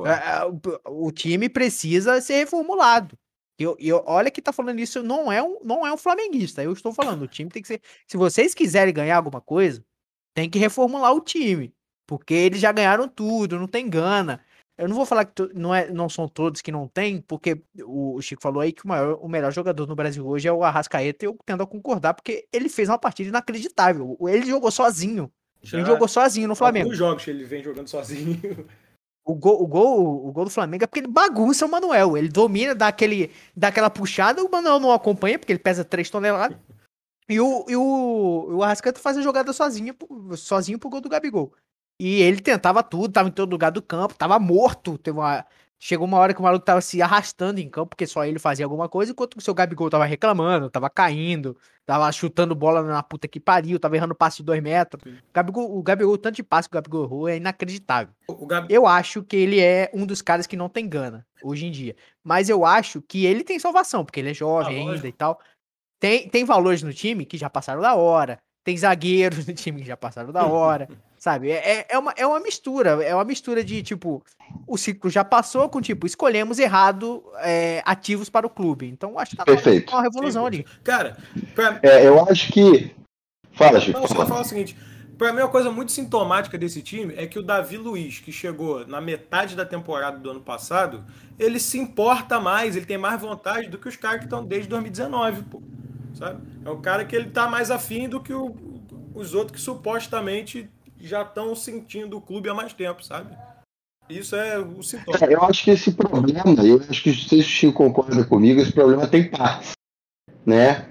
O time precisa ser reformulado. Olha que tá falando isso, não é um flamenguista. Eu estou falando, o time tem que ser... Se vocês quiserem ganhar alguma coisa, tem que reformular o time. Porque eles já ganharam tudo, não tem gana. Eu não vou falar que não são todos que não tem, porque o Chico falou aí que o melhor jogador no Brasil hoje é o Arrascaeta, e eu tendo a concordar, porque ele fez uma partida inacreditável. Ele jogou sozinho. Ele jogou sozinho no Flamengo. Alguns jogos ele vem jogando sozinho. O gol do Flamengo é porque ele bagunça o Manuel. Ele domina, dá aquela puxada, o Manuel não acompanha, porque ele pesa 3 toneladas. E o Arrascaeta faz a jogada sozinho pro gol do Gabigol. E ele tentava tudo, tava em todo lugar do campo, tava morto. Chegou uma hora que o maluco tava se arrastando em campo, porque só ele fazia alguma coisa, enquanto o seu Gabigol tava reclamando, tava caindo, tava chutando bola na puta que pariu, tava errando passe de 2 metros. O Gabigol, tanto de passe que o Gabigol errou, é inacreditável. Eu acho que ele é um dos caras que não tem gana, hoje em dia. Mas eu acho que ele tem salvação, porque ele é jovem ainda e tal. Tem valores no time que já passaram da hora. tem zagueiros no time que já passaram da hora, sabe? É uma mistura de, tipo, o ciclo já passou com, tipo, escolhemos errado ativos para o clube. Então, acho que tá Perfeito. uma revolução ali. Cara, eu acho que... Fala, Chico. Não, só falar o seguinte, pra mim uma coisa muito sintomática desse time é que o Davi Luiz, que chegou na metade da temporada do ano passado, ele se importa mais, ele tem mais vontade do que os caras que estão desde 2019, pô, sabe? É um cara que ele tá mais afim do que os outros que supostamente já estão sentindo o clube há mais tempo, sabe? Isso é o sintoma. Eu acho que esse problema, eu acho que se o Chico concorda comigo, esse problema tem partes, né?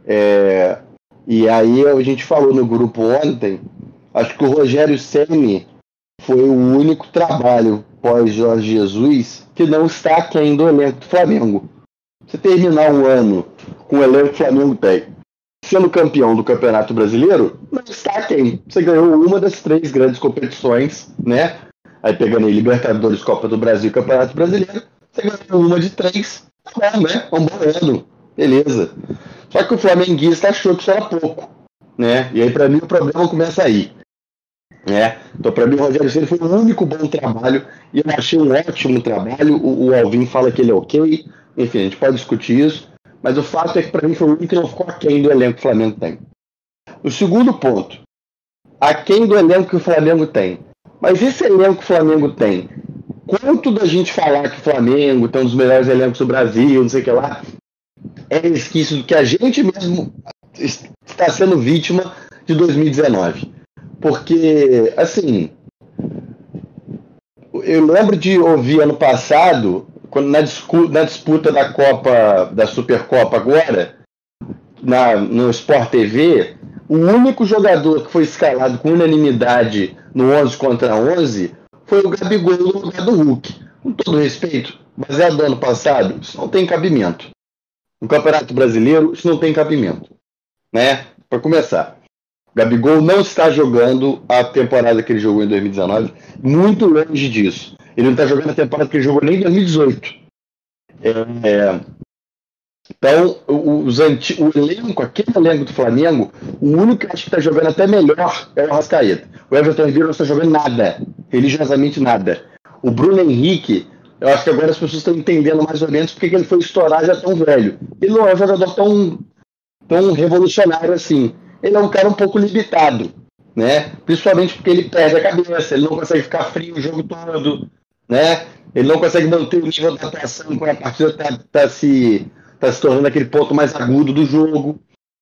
E aí a gente falou no grupo ontem, acho que o Rogério Ceni foi o único trabalho pós-Jorge Jesus que não está aquém do elenco do Flamengo. Você terminar um ano com o elenco que o Flamengo tem, sendo campeão do Campeonato Brasileiro, não está aquém. Você ganhou uma das 3 grandes competições, né? Aí pegando aí Libertadores, Copa do Brasil e Campeonato Brasileiro, você ganhou uma de 3, tá bom, né? É um bom ano, beleza. Só que o flamenguista achou que isso era pouco, né? E aí, para mim, o problema começa aí, né? Então, para mim, o Rogério Ceni foi o único bom trabalho e eu achei um ótimo trabalho. O Alvin fala que ele é ok, enfim, a gente pode discutir isso, mas o fato é que, para mim, foi o único que não ficou aquém do elenco que o Flamengo tem. O segundo ponto, aquém do elenco que o Flamengo tem. Mas esse elenco que o Flamengo tem, quanto da gente falar que o Flamengo tem um dos melhores elencos do Brasil, não sei o que lá, é resquício do que a gente mesmo está sendo vítima de 2019. Porque, assim, eu lembro de ouvir ano passado, quando na disputa da Copa, da Supercopa agora, no Sport TV, o único jogador que foi escalado com unanimidade no 11 contra 11 foi o Gabigol no lugar do Hulk. Com todo respeito, baseado no ano passado, isso não tem cabimento. No Campeonato Brasileiro, isso não tem cabimento, né? Para começar, o Gabigol não está jogando a temporada que ele jogou em 2019, muito longe disso. Ele não está jogando a temporada que ele jogou nem em 2018. Então, o elenco, aquele elenco do Flamengo, o único que acho que está jogando até melhor é o Arrascaeta. O Everton Ribeiro não está jogando nada, religiosamente nada. O Bruno Henrique, eu acho que agora as pessoas estão entendendo mais ou menos porque que ele foi estourar já tão velho. Ele não é um jogador tão revolucionário assim. Ele é um cara um pouco limitado, né? Principalmente porque ele perde a cabeça, ele não consegue ficar frio o jogo todo, né? Ele não consegue manter o nível da atuação quando a partida está se tornando aquele ponto mais agudo do jogo.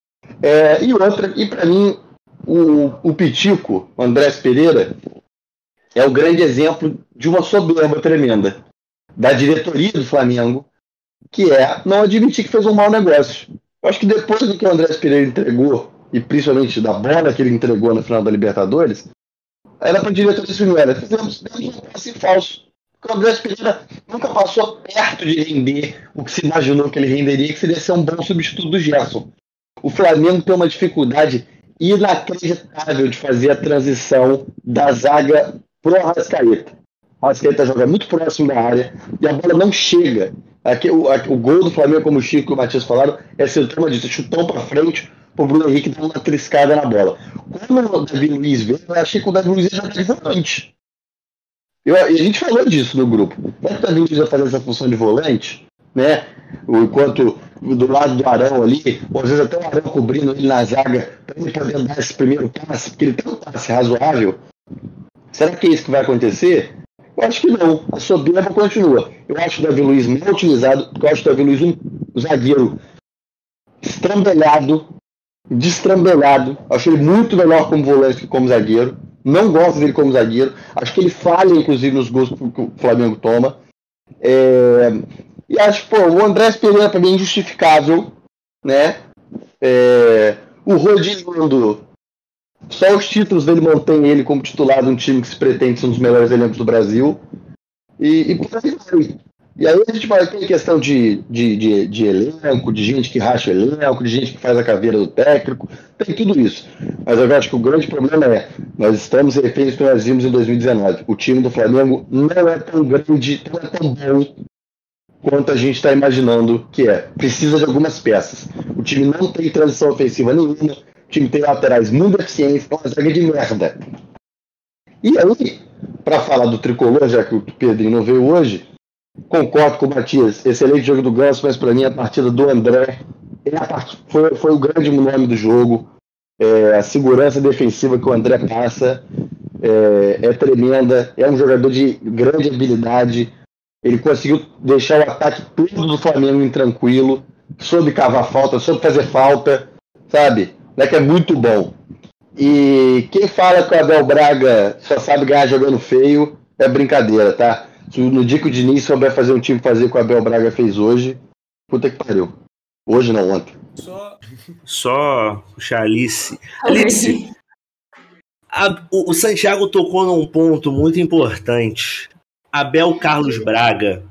E para mim, o Pitico, o Andrés Pereira, é o grande exemplo de uma soberba tremenda da diretoria do Flamengo, que é não admitir que fez um mau negócio. Eu acho que depois do que o Andrés Pereira entregou, e principalmente da bola que ele entregou no final da Libertadores, era para a diretoria assim, fizemos um passe falso. Porque o Andrés Pereira nunca passou perto de render o que se imaginou que ele renderia, que seria ser um bom substituto do Gerson. O Flamengo tem uma dificuldade inacreditável de fazer a transição da zaga pro Arrascaeta. O Arrascaeta joga muito próximo da área e a bola não chega. O gol do Flamengo, como o Chico e o Matias falaram, é sintoma disso, chutão para frente pro Bruno Henrique dar uma triscada na bola. Quando o Davi Luiz veio, eu achei que o Davi Luiz ia jogar de volante. E a gente falou disso no grupo. Será que o Davi Luiz ia fazer essa função de volante? Né? Enquanto do lado do Arão ali, ou às vezes até o Arão cobrindo ele na zaga para ele poder dar esse primeiro passe, porque ele tem um passe razoável. Será que é isso que vai acontecer? Eu acho que não. A soberba continua. Eu acho o Davi Luiz mal utilizado, porque eu acho o Davi Luiz um zagueiro destrambelhado. Acho ele muito melhor como volante que como zagueiro. Não gosto dele como zagueiro. Acho que ele falha, inclusive, nos gols que o Flamengo toma. E acho que o Andrés Pereira para mim é injustificável, né? O Rodilhando, só os títulos dele mantêm ele como titular de um time que se pretende ser um dos melhores elencos do Brasil. E por aí vai. E aí a gente vai ter questão de elenco, de gente que racha o elenco, de gente que faz a caveira do técnico, tem tudo isso. Mas eu acho que o grande problema nós estamos reféns do que nós vimos em 2019. O time do Flamengo não é tão grande, não é tão bom quanto a gente está imaginando que é. Precisa de algumas peças. O time não tem transição ofensiva nenhuma. time tem laterais muito eficientes, é uma zaga de merda. E aí, para falar do tricolor, já que o Pedrinho não veio hoje, concordo com o Matias, excelente jogo do Ganso, mas para mim a partida do André foi o grande nome do jogo. A segurança defensiva que o André passa é tremenda, é um jogador de grande habilidade, ele conseguiu deixar o ataque todo do Flamengo intranquilo, soube cavar falta, soube fazer falta, sabe? É muito bom. E quem fala que o Abel Braga só sabe ganhar jogando feio é brincadeira, tá? No dia que o Diniz souber fazer um time fazer o que o Abel Braga fez hoje, puta que pariu. Hoje não, ontem. Só puxar Alice. Alice, o Santiago tocou num ponto muito importante. Abel Carlos Braga.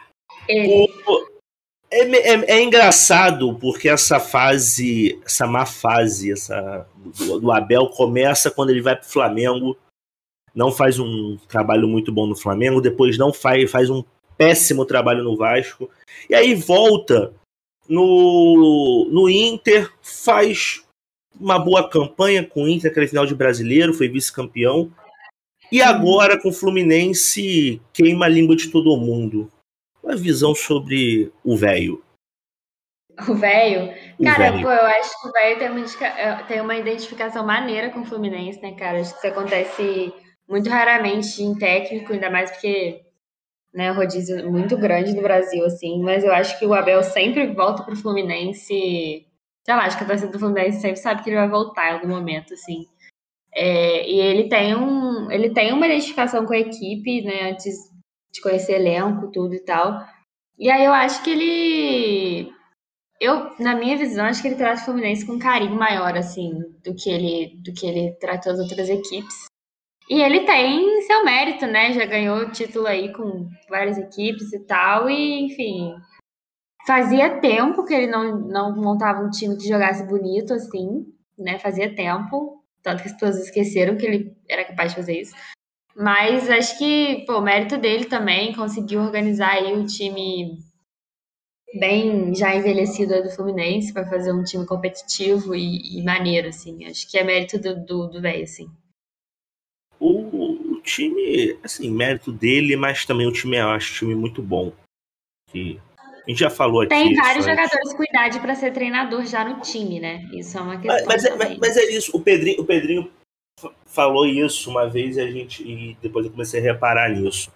É engraçado porque essa má fase do Abel começa quando ele vai pro Flamengo, não faz um trabalho muito bom no Flamengo, depois não faz um péssimo trabalho no Vasco, e aí volta no Inter, faz uma boa campanha com o Inter, aquele final de brasileiro, foi vice-campeão, e agora com o Fluminense queima a língua de todo mundo. Uma visão sobre o velho. O velho? Cara, pô, eu acho que o velho tem uma identificação maneira com o Fluminense, né, cara? Acho que isso acontece muito raramente em técnico, ainda mais porque, né, o rodízio é muito grande no Brasil, assim. Mas eu acho que o Abel sempre volta pro Fluminense. Sei lá, acho que a torcida do Fluminense sempre sabe que ele vai voltar em algum momento, assim. E ele tem uma identificação com a equipe, né, antes de conhecer elenco, tudo e tal. E aí eu acho que na minha visão, acho que ele trata o Fluminense com um carinho maior, assim, do que ele tratou as outras equipes. E ele tem seu mérito, né? Já ganhou título aí com várias equipes e tal. E, enfim, fazia tempo que ele não montava um time que jogasse bonito, assim, né? Fazia tempo. Tanto que as pessoas esqueceram que ele era capaz de fazer isso. Mas acho que, pô, o mérito dele também, conseguiu organizar aí um time bem já envelhecido do Fluminense para fazer um time competitivo e maneiro, assim. Acho que é mérito do velho, assim. O time, assim, mérito dele, mas também o time, eu acho um time muito bom. Que a gente já falou aqui. Tem vários jogadores com idade para ser treinador já no time, né? Isso é uma questão. Mas é isso, o Pedrinho falou isso uma vez e depois eu comecei a reparar nisso.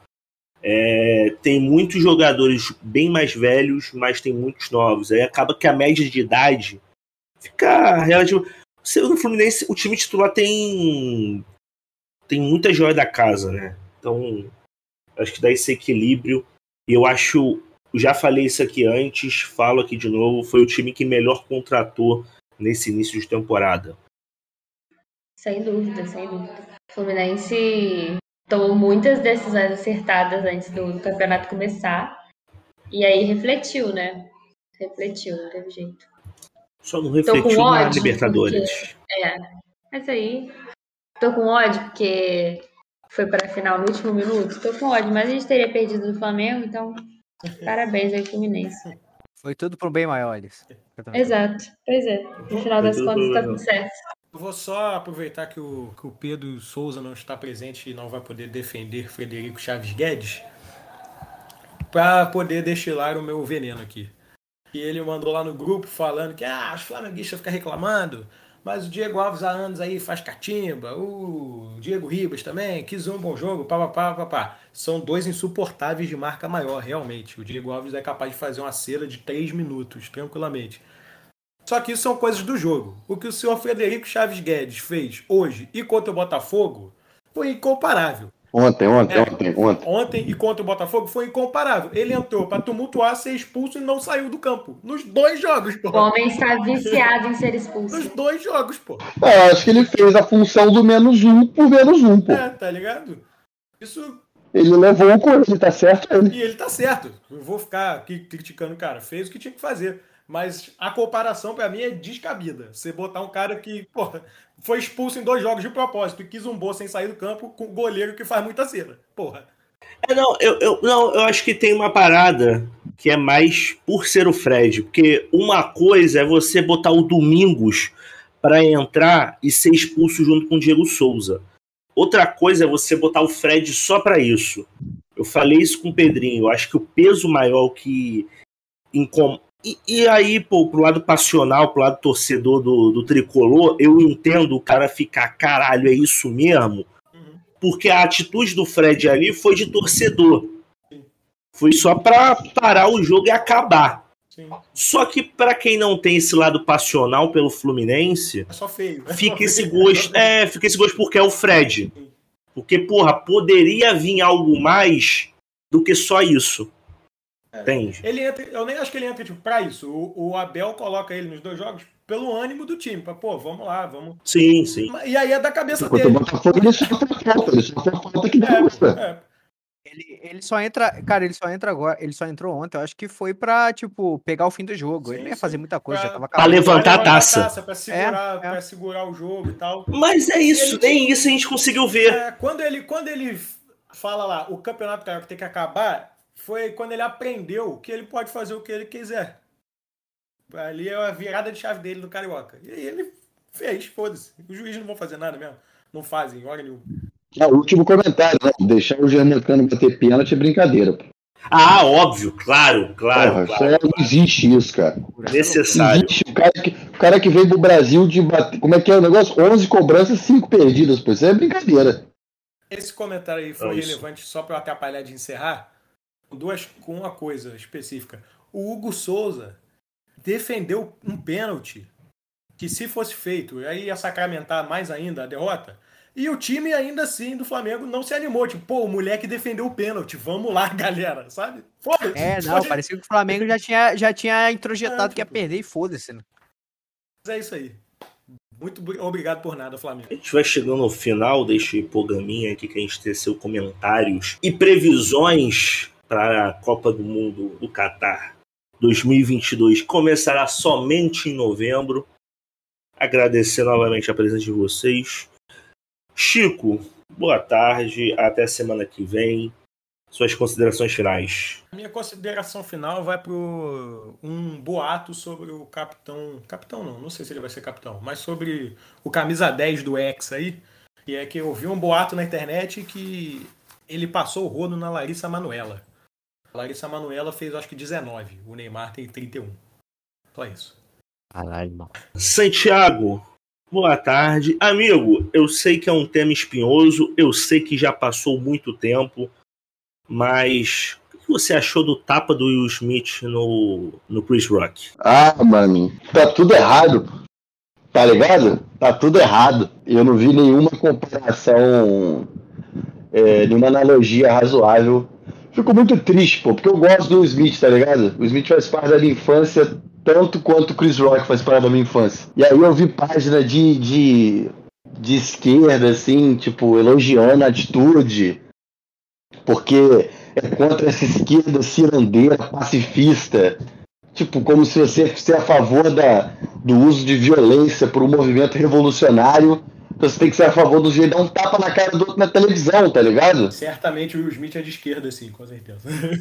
Tem muitos jogadores bem mais velhos, mas tem muitos novos. Aí acaba que a média de idade fica relativa. No Fluminense, o time titular tem muita joia da casa, né? Então, acho que dá esse equilíbrio. E eu acho, já falei isso aqui antes, falo aqui de novo, foi o time que melhor contratou nesse início de temporada. Sem dúvida, sem dúvida. O Fluminense tomou muitas decisões acertadas antes do campeonato começar. E aí refletiu, né? Refletiu, não teve jeito. Só não refletiu na Libertadores. Mas aí tô com ódio porque foi para a final no último minuto. Tô com ódio, mas a gente teria perdido do Flamengo, então parabéns aí, Fluminense. Foi tudo pro bem maior, Alice. Exato, pois é. No final das contas tá tudo certo. Eu vou só aproveitar que o Pedro Souza não está presente e não vai poder defender Frederico Chaves Guedes para poder destilar o meu veneno aqui. E ele mandou lá no grupo falando que os flamenguistas ficam reclamando, mas o Diego Alves há anos aí faz catimba, o Diego Ribas também, quis um bom jogo, papapá. São dois insuportáveis de marca maior, realmente. O Diego Alves é capaz de fazer uma cera de 3 minutos, tranquilamente. Só que isso são coisas do jogo. O que o senhor Frederico Chaves Guedes fez hoje e contra o Botafogo foi incomparável. Ontem e contra o Botafogo foi incomparável. Ele entrou para tumultuar, ser expulso e não saiu do campo. Nos 2 jogos, pô. O homem está viciado em ser expulso. Nos 2 jogos, pô. Acho que ele fez a função do -1 por -1, pô. Tá ligado? Isso... Ele levou o coisa, ele tá certo ele. E ele tá certo. Eu vou ficar aqui criticando o cara. Fez o que tinha que fazer. Mas a comparação, pra mim, é descabida. Você botar um cara que, porra, foi expulso em 2 jogos de propósito e quizumbou sem sair do campo com um goleiro que faz muita cera. Porra. Eu acho que tem uma parada que é mais por ser o Fred. Porque uma coisa é você botar o Domingos para entrar e ser expulso junto com o Diego Souza. Outra coisa é você botar o Fred só para isso. Eu falei isso com o Pedrinho. Eu acho que o peso maior que... E aí, pô, pro lado passional, pro lado torcedor do tricolor, eu entendo o cara ficar, caralho, é isso mesmo? Porque a atitude do Fred ali foi de torcedor. Foi só pra parar o jogo e acabar. Sim. Só que pra quem não tem esse lado passional pelo Fluminense, É só feio. fica esse gosto. Fica esse gosto porque é o Fred. Porque, porra, poderia vir algo mais do que só isso. Entende? Ele entra, eu nem acho que ele entra tipo, pra isso. O Abel coloca ele nos 2 jogos pelo ânimo do time. Pra, pô, vamos lá, vamos. Sim, sim. E aí é da cabeça Enquanto o dele. Botafogo, ele só foi falta que deu. Ele só entra, cara, ele só entra agora, ele só entrou ontem, eu acho que foi pra, tipo, pegar o fim do jogo. Sim, ele não ia sim. fazer muita coisa, já tava Pra levantar a taça. Pra segurar, pra segurar o jogo e tal. Mas é isso, nem isso a gente conseguiu ver. Quando ele fala lá, o campeonato carioca tem que acabar, foi quando ele aprendeu que ele pode fazer o que ele quiser. Ali é a virada de chave dele no Carioca. E aí ele fez, foda-se. Os juízes não vão fazer nada mesmo. Não fazem, hora nenhuma. O último comentário, né? Deixar o Germancano bater pênalti é brincadeira. Pô. Ah, óbvio, claro. Porra, não existe isso, cara. Necessário. Existe. O cara que veio pro Brasil de bater. Como é que é o negócio? 11 cobranças, 5 perdidas, pô. Isso é brincadeira. Esse comentário aí foi relevante só para eu atrapalhar de encerrar com uma coisa específica. O Hugo Souza defendeu um pênalti que, se fosse feito, aí ia sacramentar mais ainda a derrota. E o time, ainda assim, do Flamengo não se animou. Tipo, pô, o moleque defendeu o pênalti. Vamos lá, galera, sabe? Foda-se. Parecia que o Flamengo já tinha introjetado que ia perder e foda-se, né? Mas é isso aí. Muito obrigado por nada, Flamengo. A gente vai chegando ao final deste programinha aqui que a gente teceu comentários e previsões para a Copa do Mundo do Catar 2022. Começará somente em novembro. Agradecer novamente a presença de vocês. Chico, boa tarde, até semana que vem. Suas considerações finais. A minha consideração final vai para um boato sobre o capitão. Capitão não sei se ele vai ser capitão, mas sobre o camisa 10 do Hexa aí. E é que eu vi um boato na internet que ele passou o rodo na Larissa Manoela. A Larissa Manoela fez acho que 19, o Neymar tem 31. Só isso. Caralho, mano. Santiago, boa tarde. Amigo, eu sei que é um tema espinhoso, eu sei que já passou muito tempo, mas o que você achou do tapa do Will Smith no Chris Rock? Mano, tá tudo errado. Tá ligado? Tá tudo errado. Eu não vi nenhuma comparação, nenhuma analogia razoável. Fico muito triste, pô, porque eu gosto do Will Smith, tá ligado? O Smith faz parte da minha infância tanto quanto o Chris Rock faz parte da minha infância. E aí eu vi página de esquerda, assim, tipo, elogiando a atitude, porque é contra essa esquerda cirandeira, pacifista. Tipo, como se você fosse a favor do uso de violência por um movimento revolucionário. Você tem que ser a favor do jeito de dar um tapa na cara do outro na televisão, tá ligado? Certamente o Will Smith é de esquerda, sim, com certeza.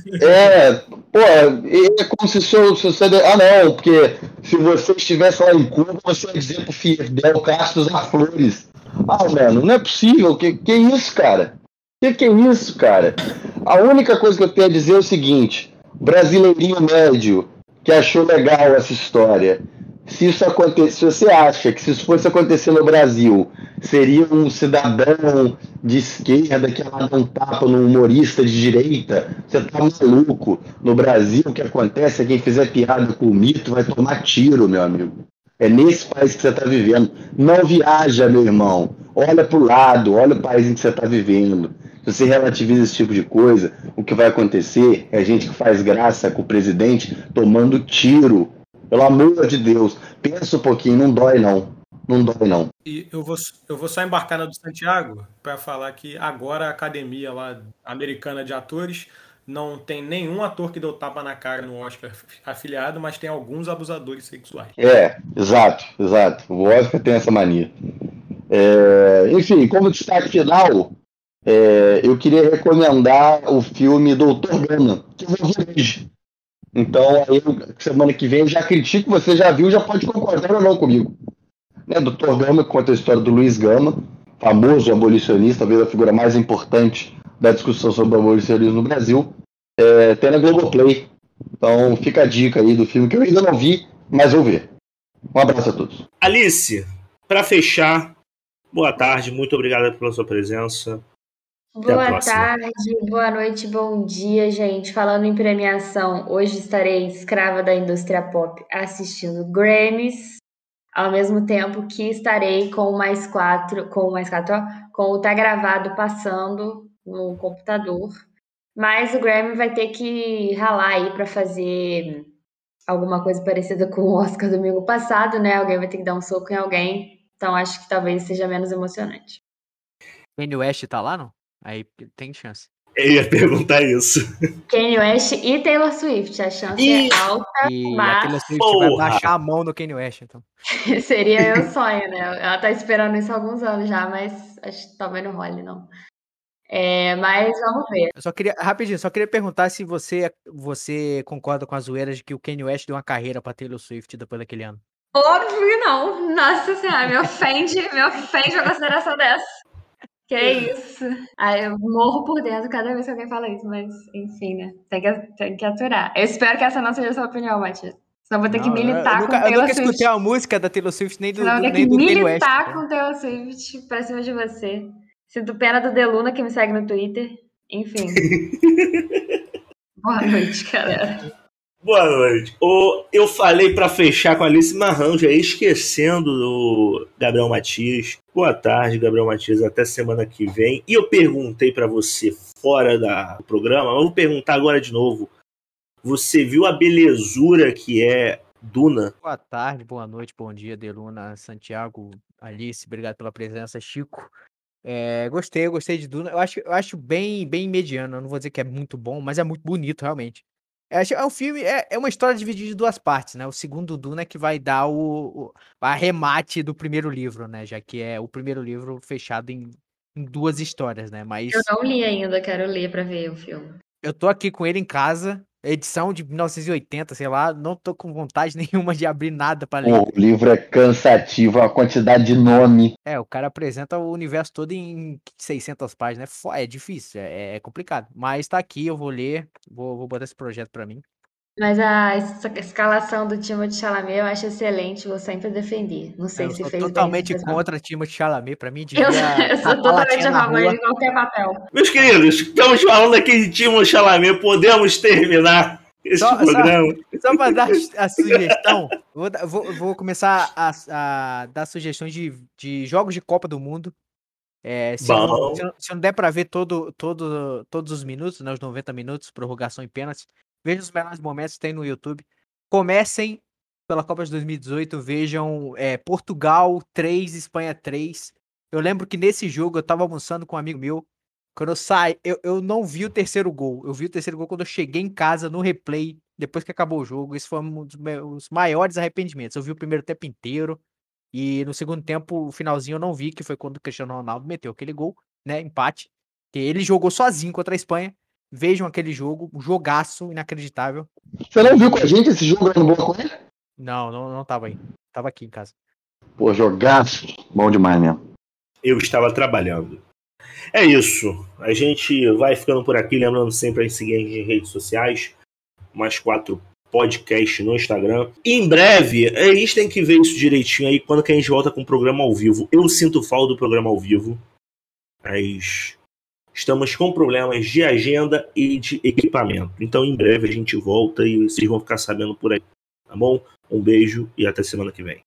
É como se você... não, porque se você estivesse lá em Cuba, você ia dizer pro Fidel Castro usar flores. Mano, não é possível. Que é isso, cara? Que é isso, cara? A única coisa que eu tenho a dizer é o seguinte: brasileirinho médio que achou legal essa história. Se você acha que se isso fosse acontecer no Brasil, seria um cidadão de esquerda que ia lá dar um tapa no humorista de direita, você tá maluco. No Brasil, o que acontece é que quem fizer piada com o mito vai tomar tiro, meu amigo. É nesse país que você tá vivendo. Não viaja, meu irmão. Olha pro lado, olha o país em que você tá vivendo. Se você relativiza esse tipo de coisa, o que vai acontecer é gente que faz graça com o presidente tomando tiro. Pelo amor de Deus, pensa um pouquinho, não dói não. Não dói não. E eu vou só embarcar na do Santiago para falar que agora a academia lá americana de atores não tem nenhum ator que deu tapa na cara no Oscar afiliado, mas tem alguns abusadores sexuais. Exato. O Oscar tem essa mania. Enfim, como destaque final, eu queria recomendar o filme Doutor Gana, que eu vou ver hoje. Então, aí, semana que vem, eu já critico, você já viu, já pode concordar ou não comigo. né, do Thor Gama, que conta a história do Luiz Gama, famoso abolicionista, talvez a figura mais importante da discussão sobre o abolicionismo no Brasil. Tem na Globoplay. Então fica a dica aí do filme que eu ainda não vi, mas vou ver. Um abraço a todos. Alice, para fechar, boa tarde, muito obrigado pela sua presença. Boa tarde, boa noite, bom dia, gente. Falando em premiação, hoje estarei escrava da indústria pop assistindo Grammys, ao mesmo tempo que estarei com o Tá Gravado passando no computador. Mas o Grammy vai ter que ralar aí para fazer alguma coisa parecida com o Oscar domingo passado, né? Alguém vai ter que dar um soco em alguém. Então acho que talvez seja menos emocionante. Kanye West tá lá, não? Aí tem chance. Eu ia perguntar isso. Kanye West e Taylor Swift. A chance é alta, E mas... a Taylor Swift vai baixar a mão no Kanye West, então. Seria meu sonho, né? Ela tá esperando isso há alguns anos já, mas acho que talvez não role, não. Mas vamos ver. Eu só queria perguntar se você concorda com as zoeiras de que o Kanye West deu uma carreira pra Taylor Swift depois daquele ano. Óbvio que não. Nossa senhora, me ofende uma consideração dessa. Que isso? Eu morro por dentro cada vez que alguém fala isso, mas enfim, né? Tem que aturar. Eu espero que essa não seja a sua opinião, Matias. Senão vou ter que militar com Taylor Swift. Eu nunca escutei a música da Taylor Swift, nem do Kanye West. Senão vou ter que militar com Taylor Swift pra cima de você. Sinto pena do Deluna que me segue no Twitter. Enfim. Boa noite, galera. Boa noite. Eu falei para fechar com a Alice Marrão, já esquecendo do Gabriel Matias. Boa tarde, Gabriel Matias. Até semana que vem. E eu perguntei para você fora do programa, mas vou perguntar agora de novo. Você viu a belezura que é Duna? Boa tarde, boa noite, bom dia, Deluna, Santiago, Alice, obrigado pela presença, Chico. Gostei de Duna. Eu acho bem mediano. Eu não vou dizer que é muito bom, mas é muito bonito, realmente. É um filme, é uma história dividida em duas partes, né? O segundo Duna é que vai dar o arremate do primeiro livro, né? Já que é o primeiro livro fechado em duas histórias, né? Mas eu não li ainda, quero ler pra ver o filme. Eu tô aqui com ele em casa, edição de 1980, sei lá, não tô com vontade nenhuma de abrir nada pra ler. O livro é cansativo, a quantidade de nome. O cara apresenta o universo todo em 600 páginas, é difícil, é complicado. Mas tá aqui, eu vou ler, vou botar esse projeto pra mim. Mas a escalação do Timothée Chalamet eu acho excelente, vou sempre defender. Não sei se fez bem. Eu sou totalmente contra Timothée Chalamet, pra mim devia... Eu sou totalmente a favor de qualquer papel. Meus queridos, estamos falando aqui de Timothée Chalamet, podemos terminar esse programa? Só pra dar a sugestão, vou começar a dar sugestões de jogos de Copa do Mundo. Se não der pra ver todos os minutos, né, os 90 minutos, prorrogação e pênalti, veja os melhores momentos que tem no YouTube. Comecem pela Copa de 2018, vejam Portugal 3, Espanha 3. Eu lembro que nesse jogo eu tava almoçando com um amigo meu. Quando eu saí, eu não vi o terceiro gol. Eu vi o terceiro gol quando eu cheguei em casa no replay, depois que acabou o jogo. Esse foi um dos meus maiores arrependimentos. Eu vi o primeiro tempo inteiro e no segundo tempo, o finalzinho eu não vi, que foi quando o Cristiano Ronaldo meteu aquele gol, né, empate. Que ele jogou sozinho contra a Espanha. Vejam aquele jogo, um jogaço inacreditável. Você não viu com a gente esse jogo lá no Boa com ele? Não tava aí. Tava aqui em casa. Pô, jogaço. Bom demais mesmo. Eu estava trabalhando. É isso. A gente vai ficando por aqui. Lembrando sempre a seguir em redes sociais. Mais 4 podcast no Instagram. E em breve, a gente tem que ver isso direitinho aí. Quando que a gente volta com o programa ao vivo. Eu sinto falta do programa ao vivo. Mas... estamos com problemas de agenda e de equipamento. Então, em breve, a gente volta e vocês vão ficar sabendo por aí. Tá bom? Um beijo e até semana que vem.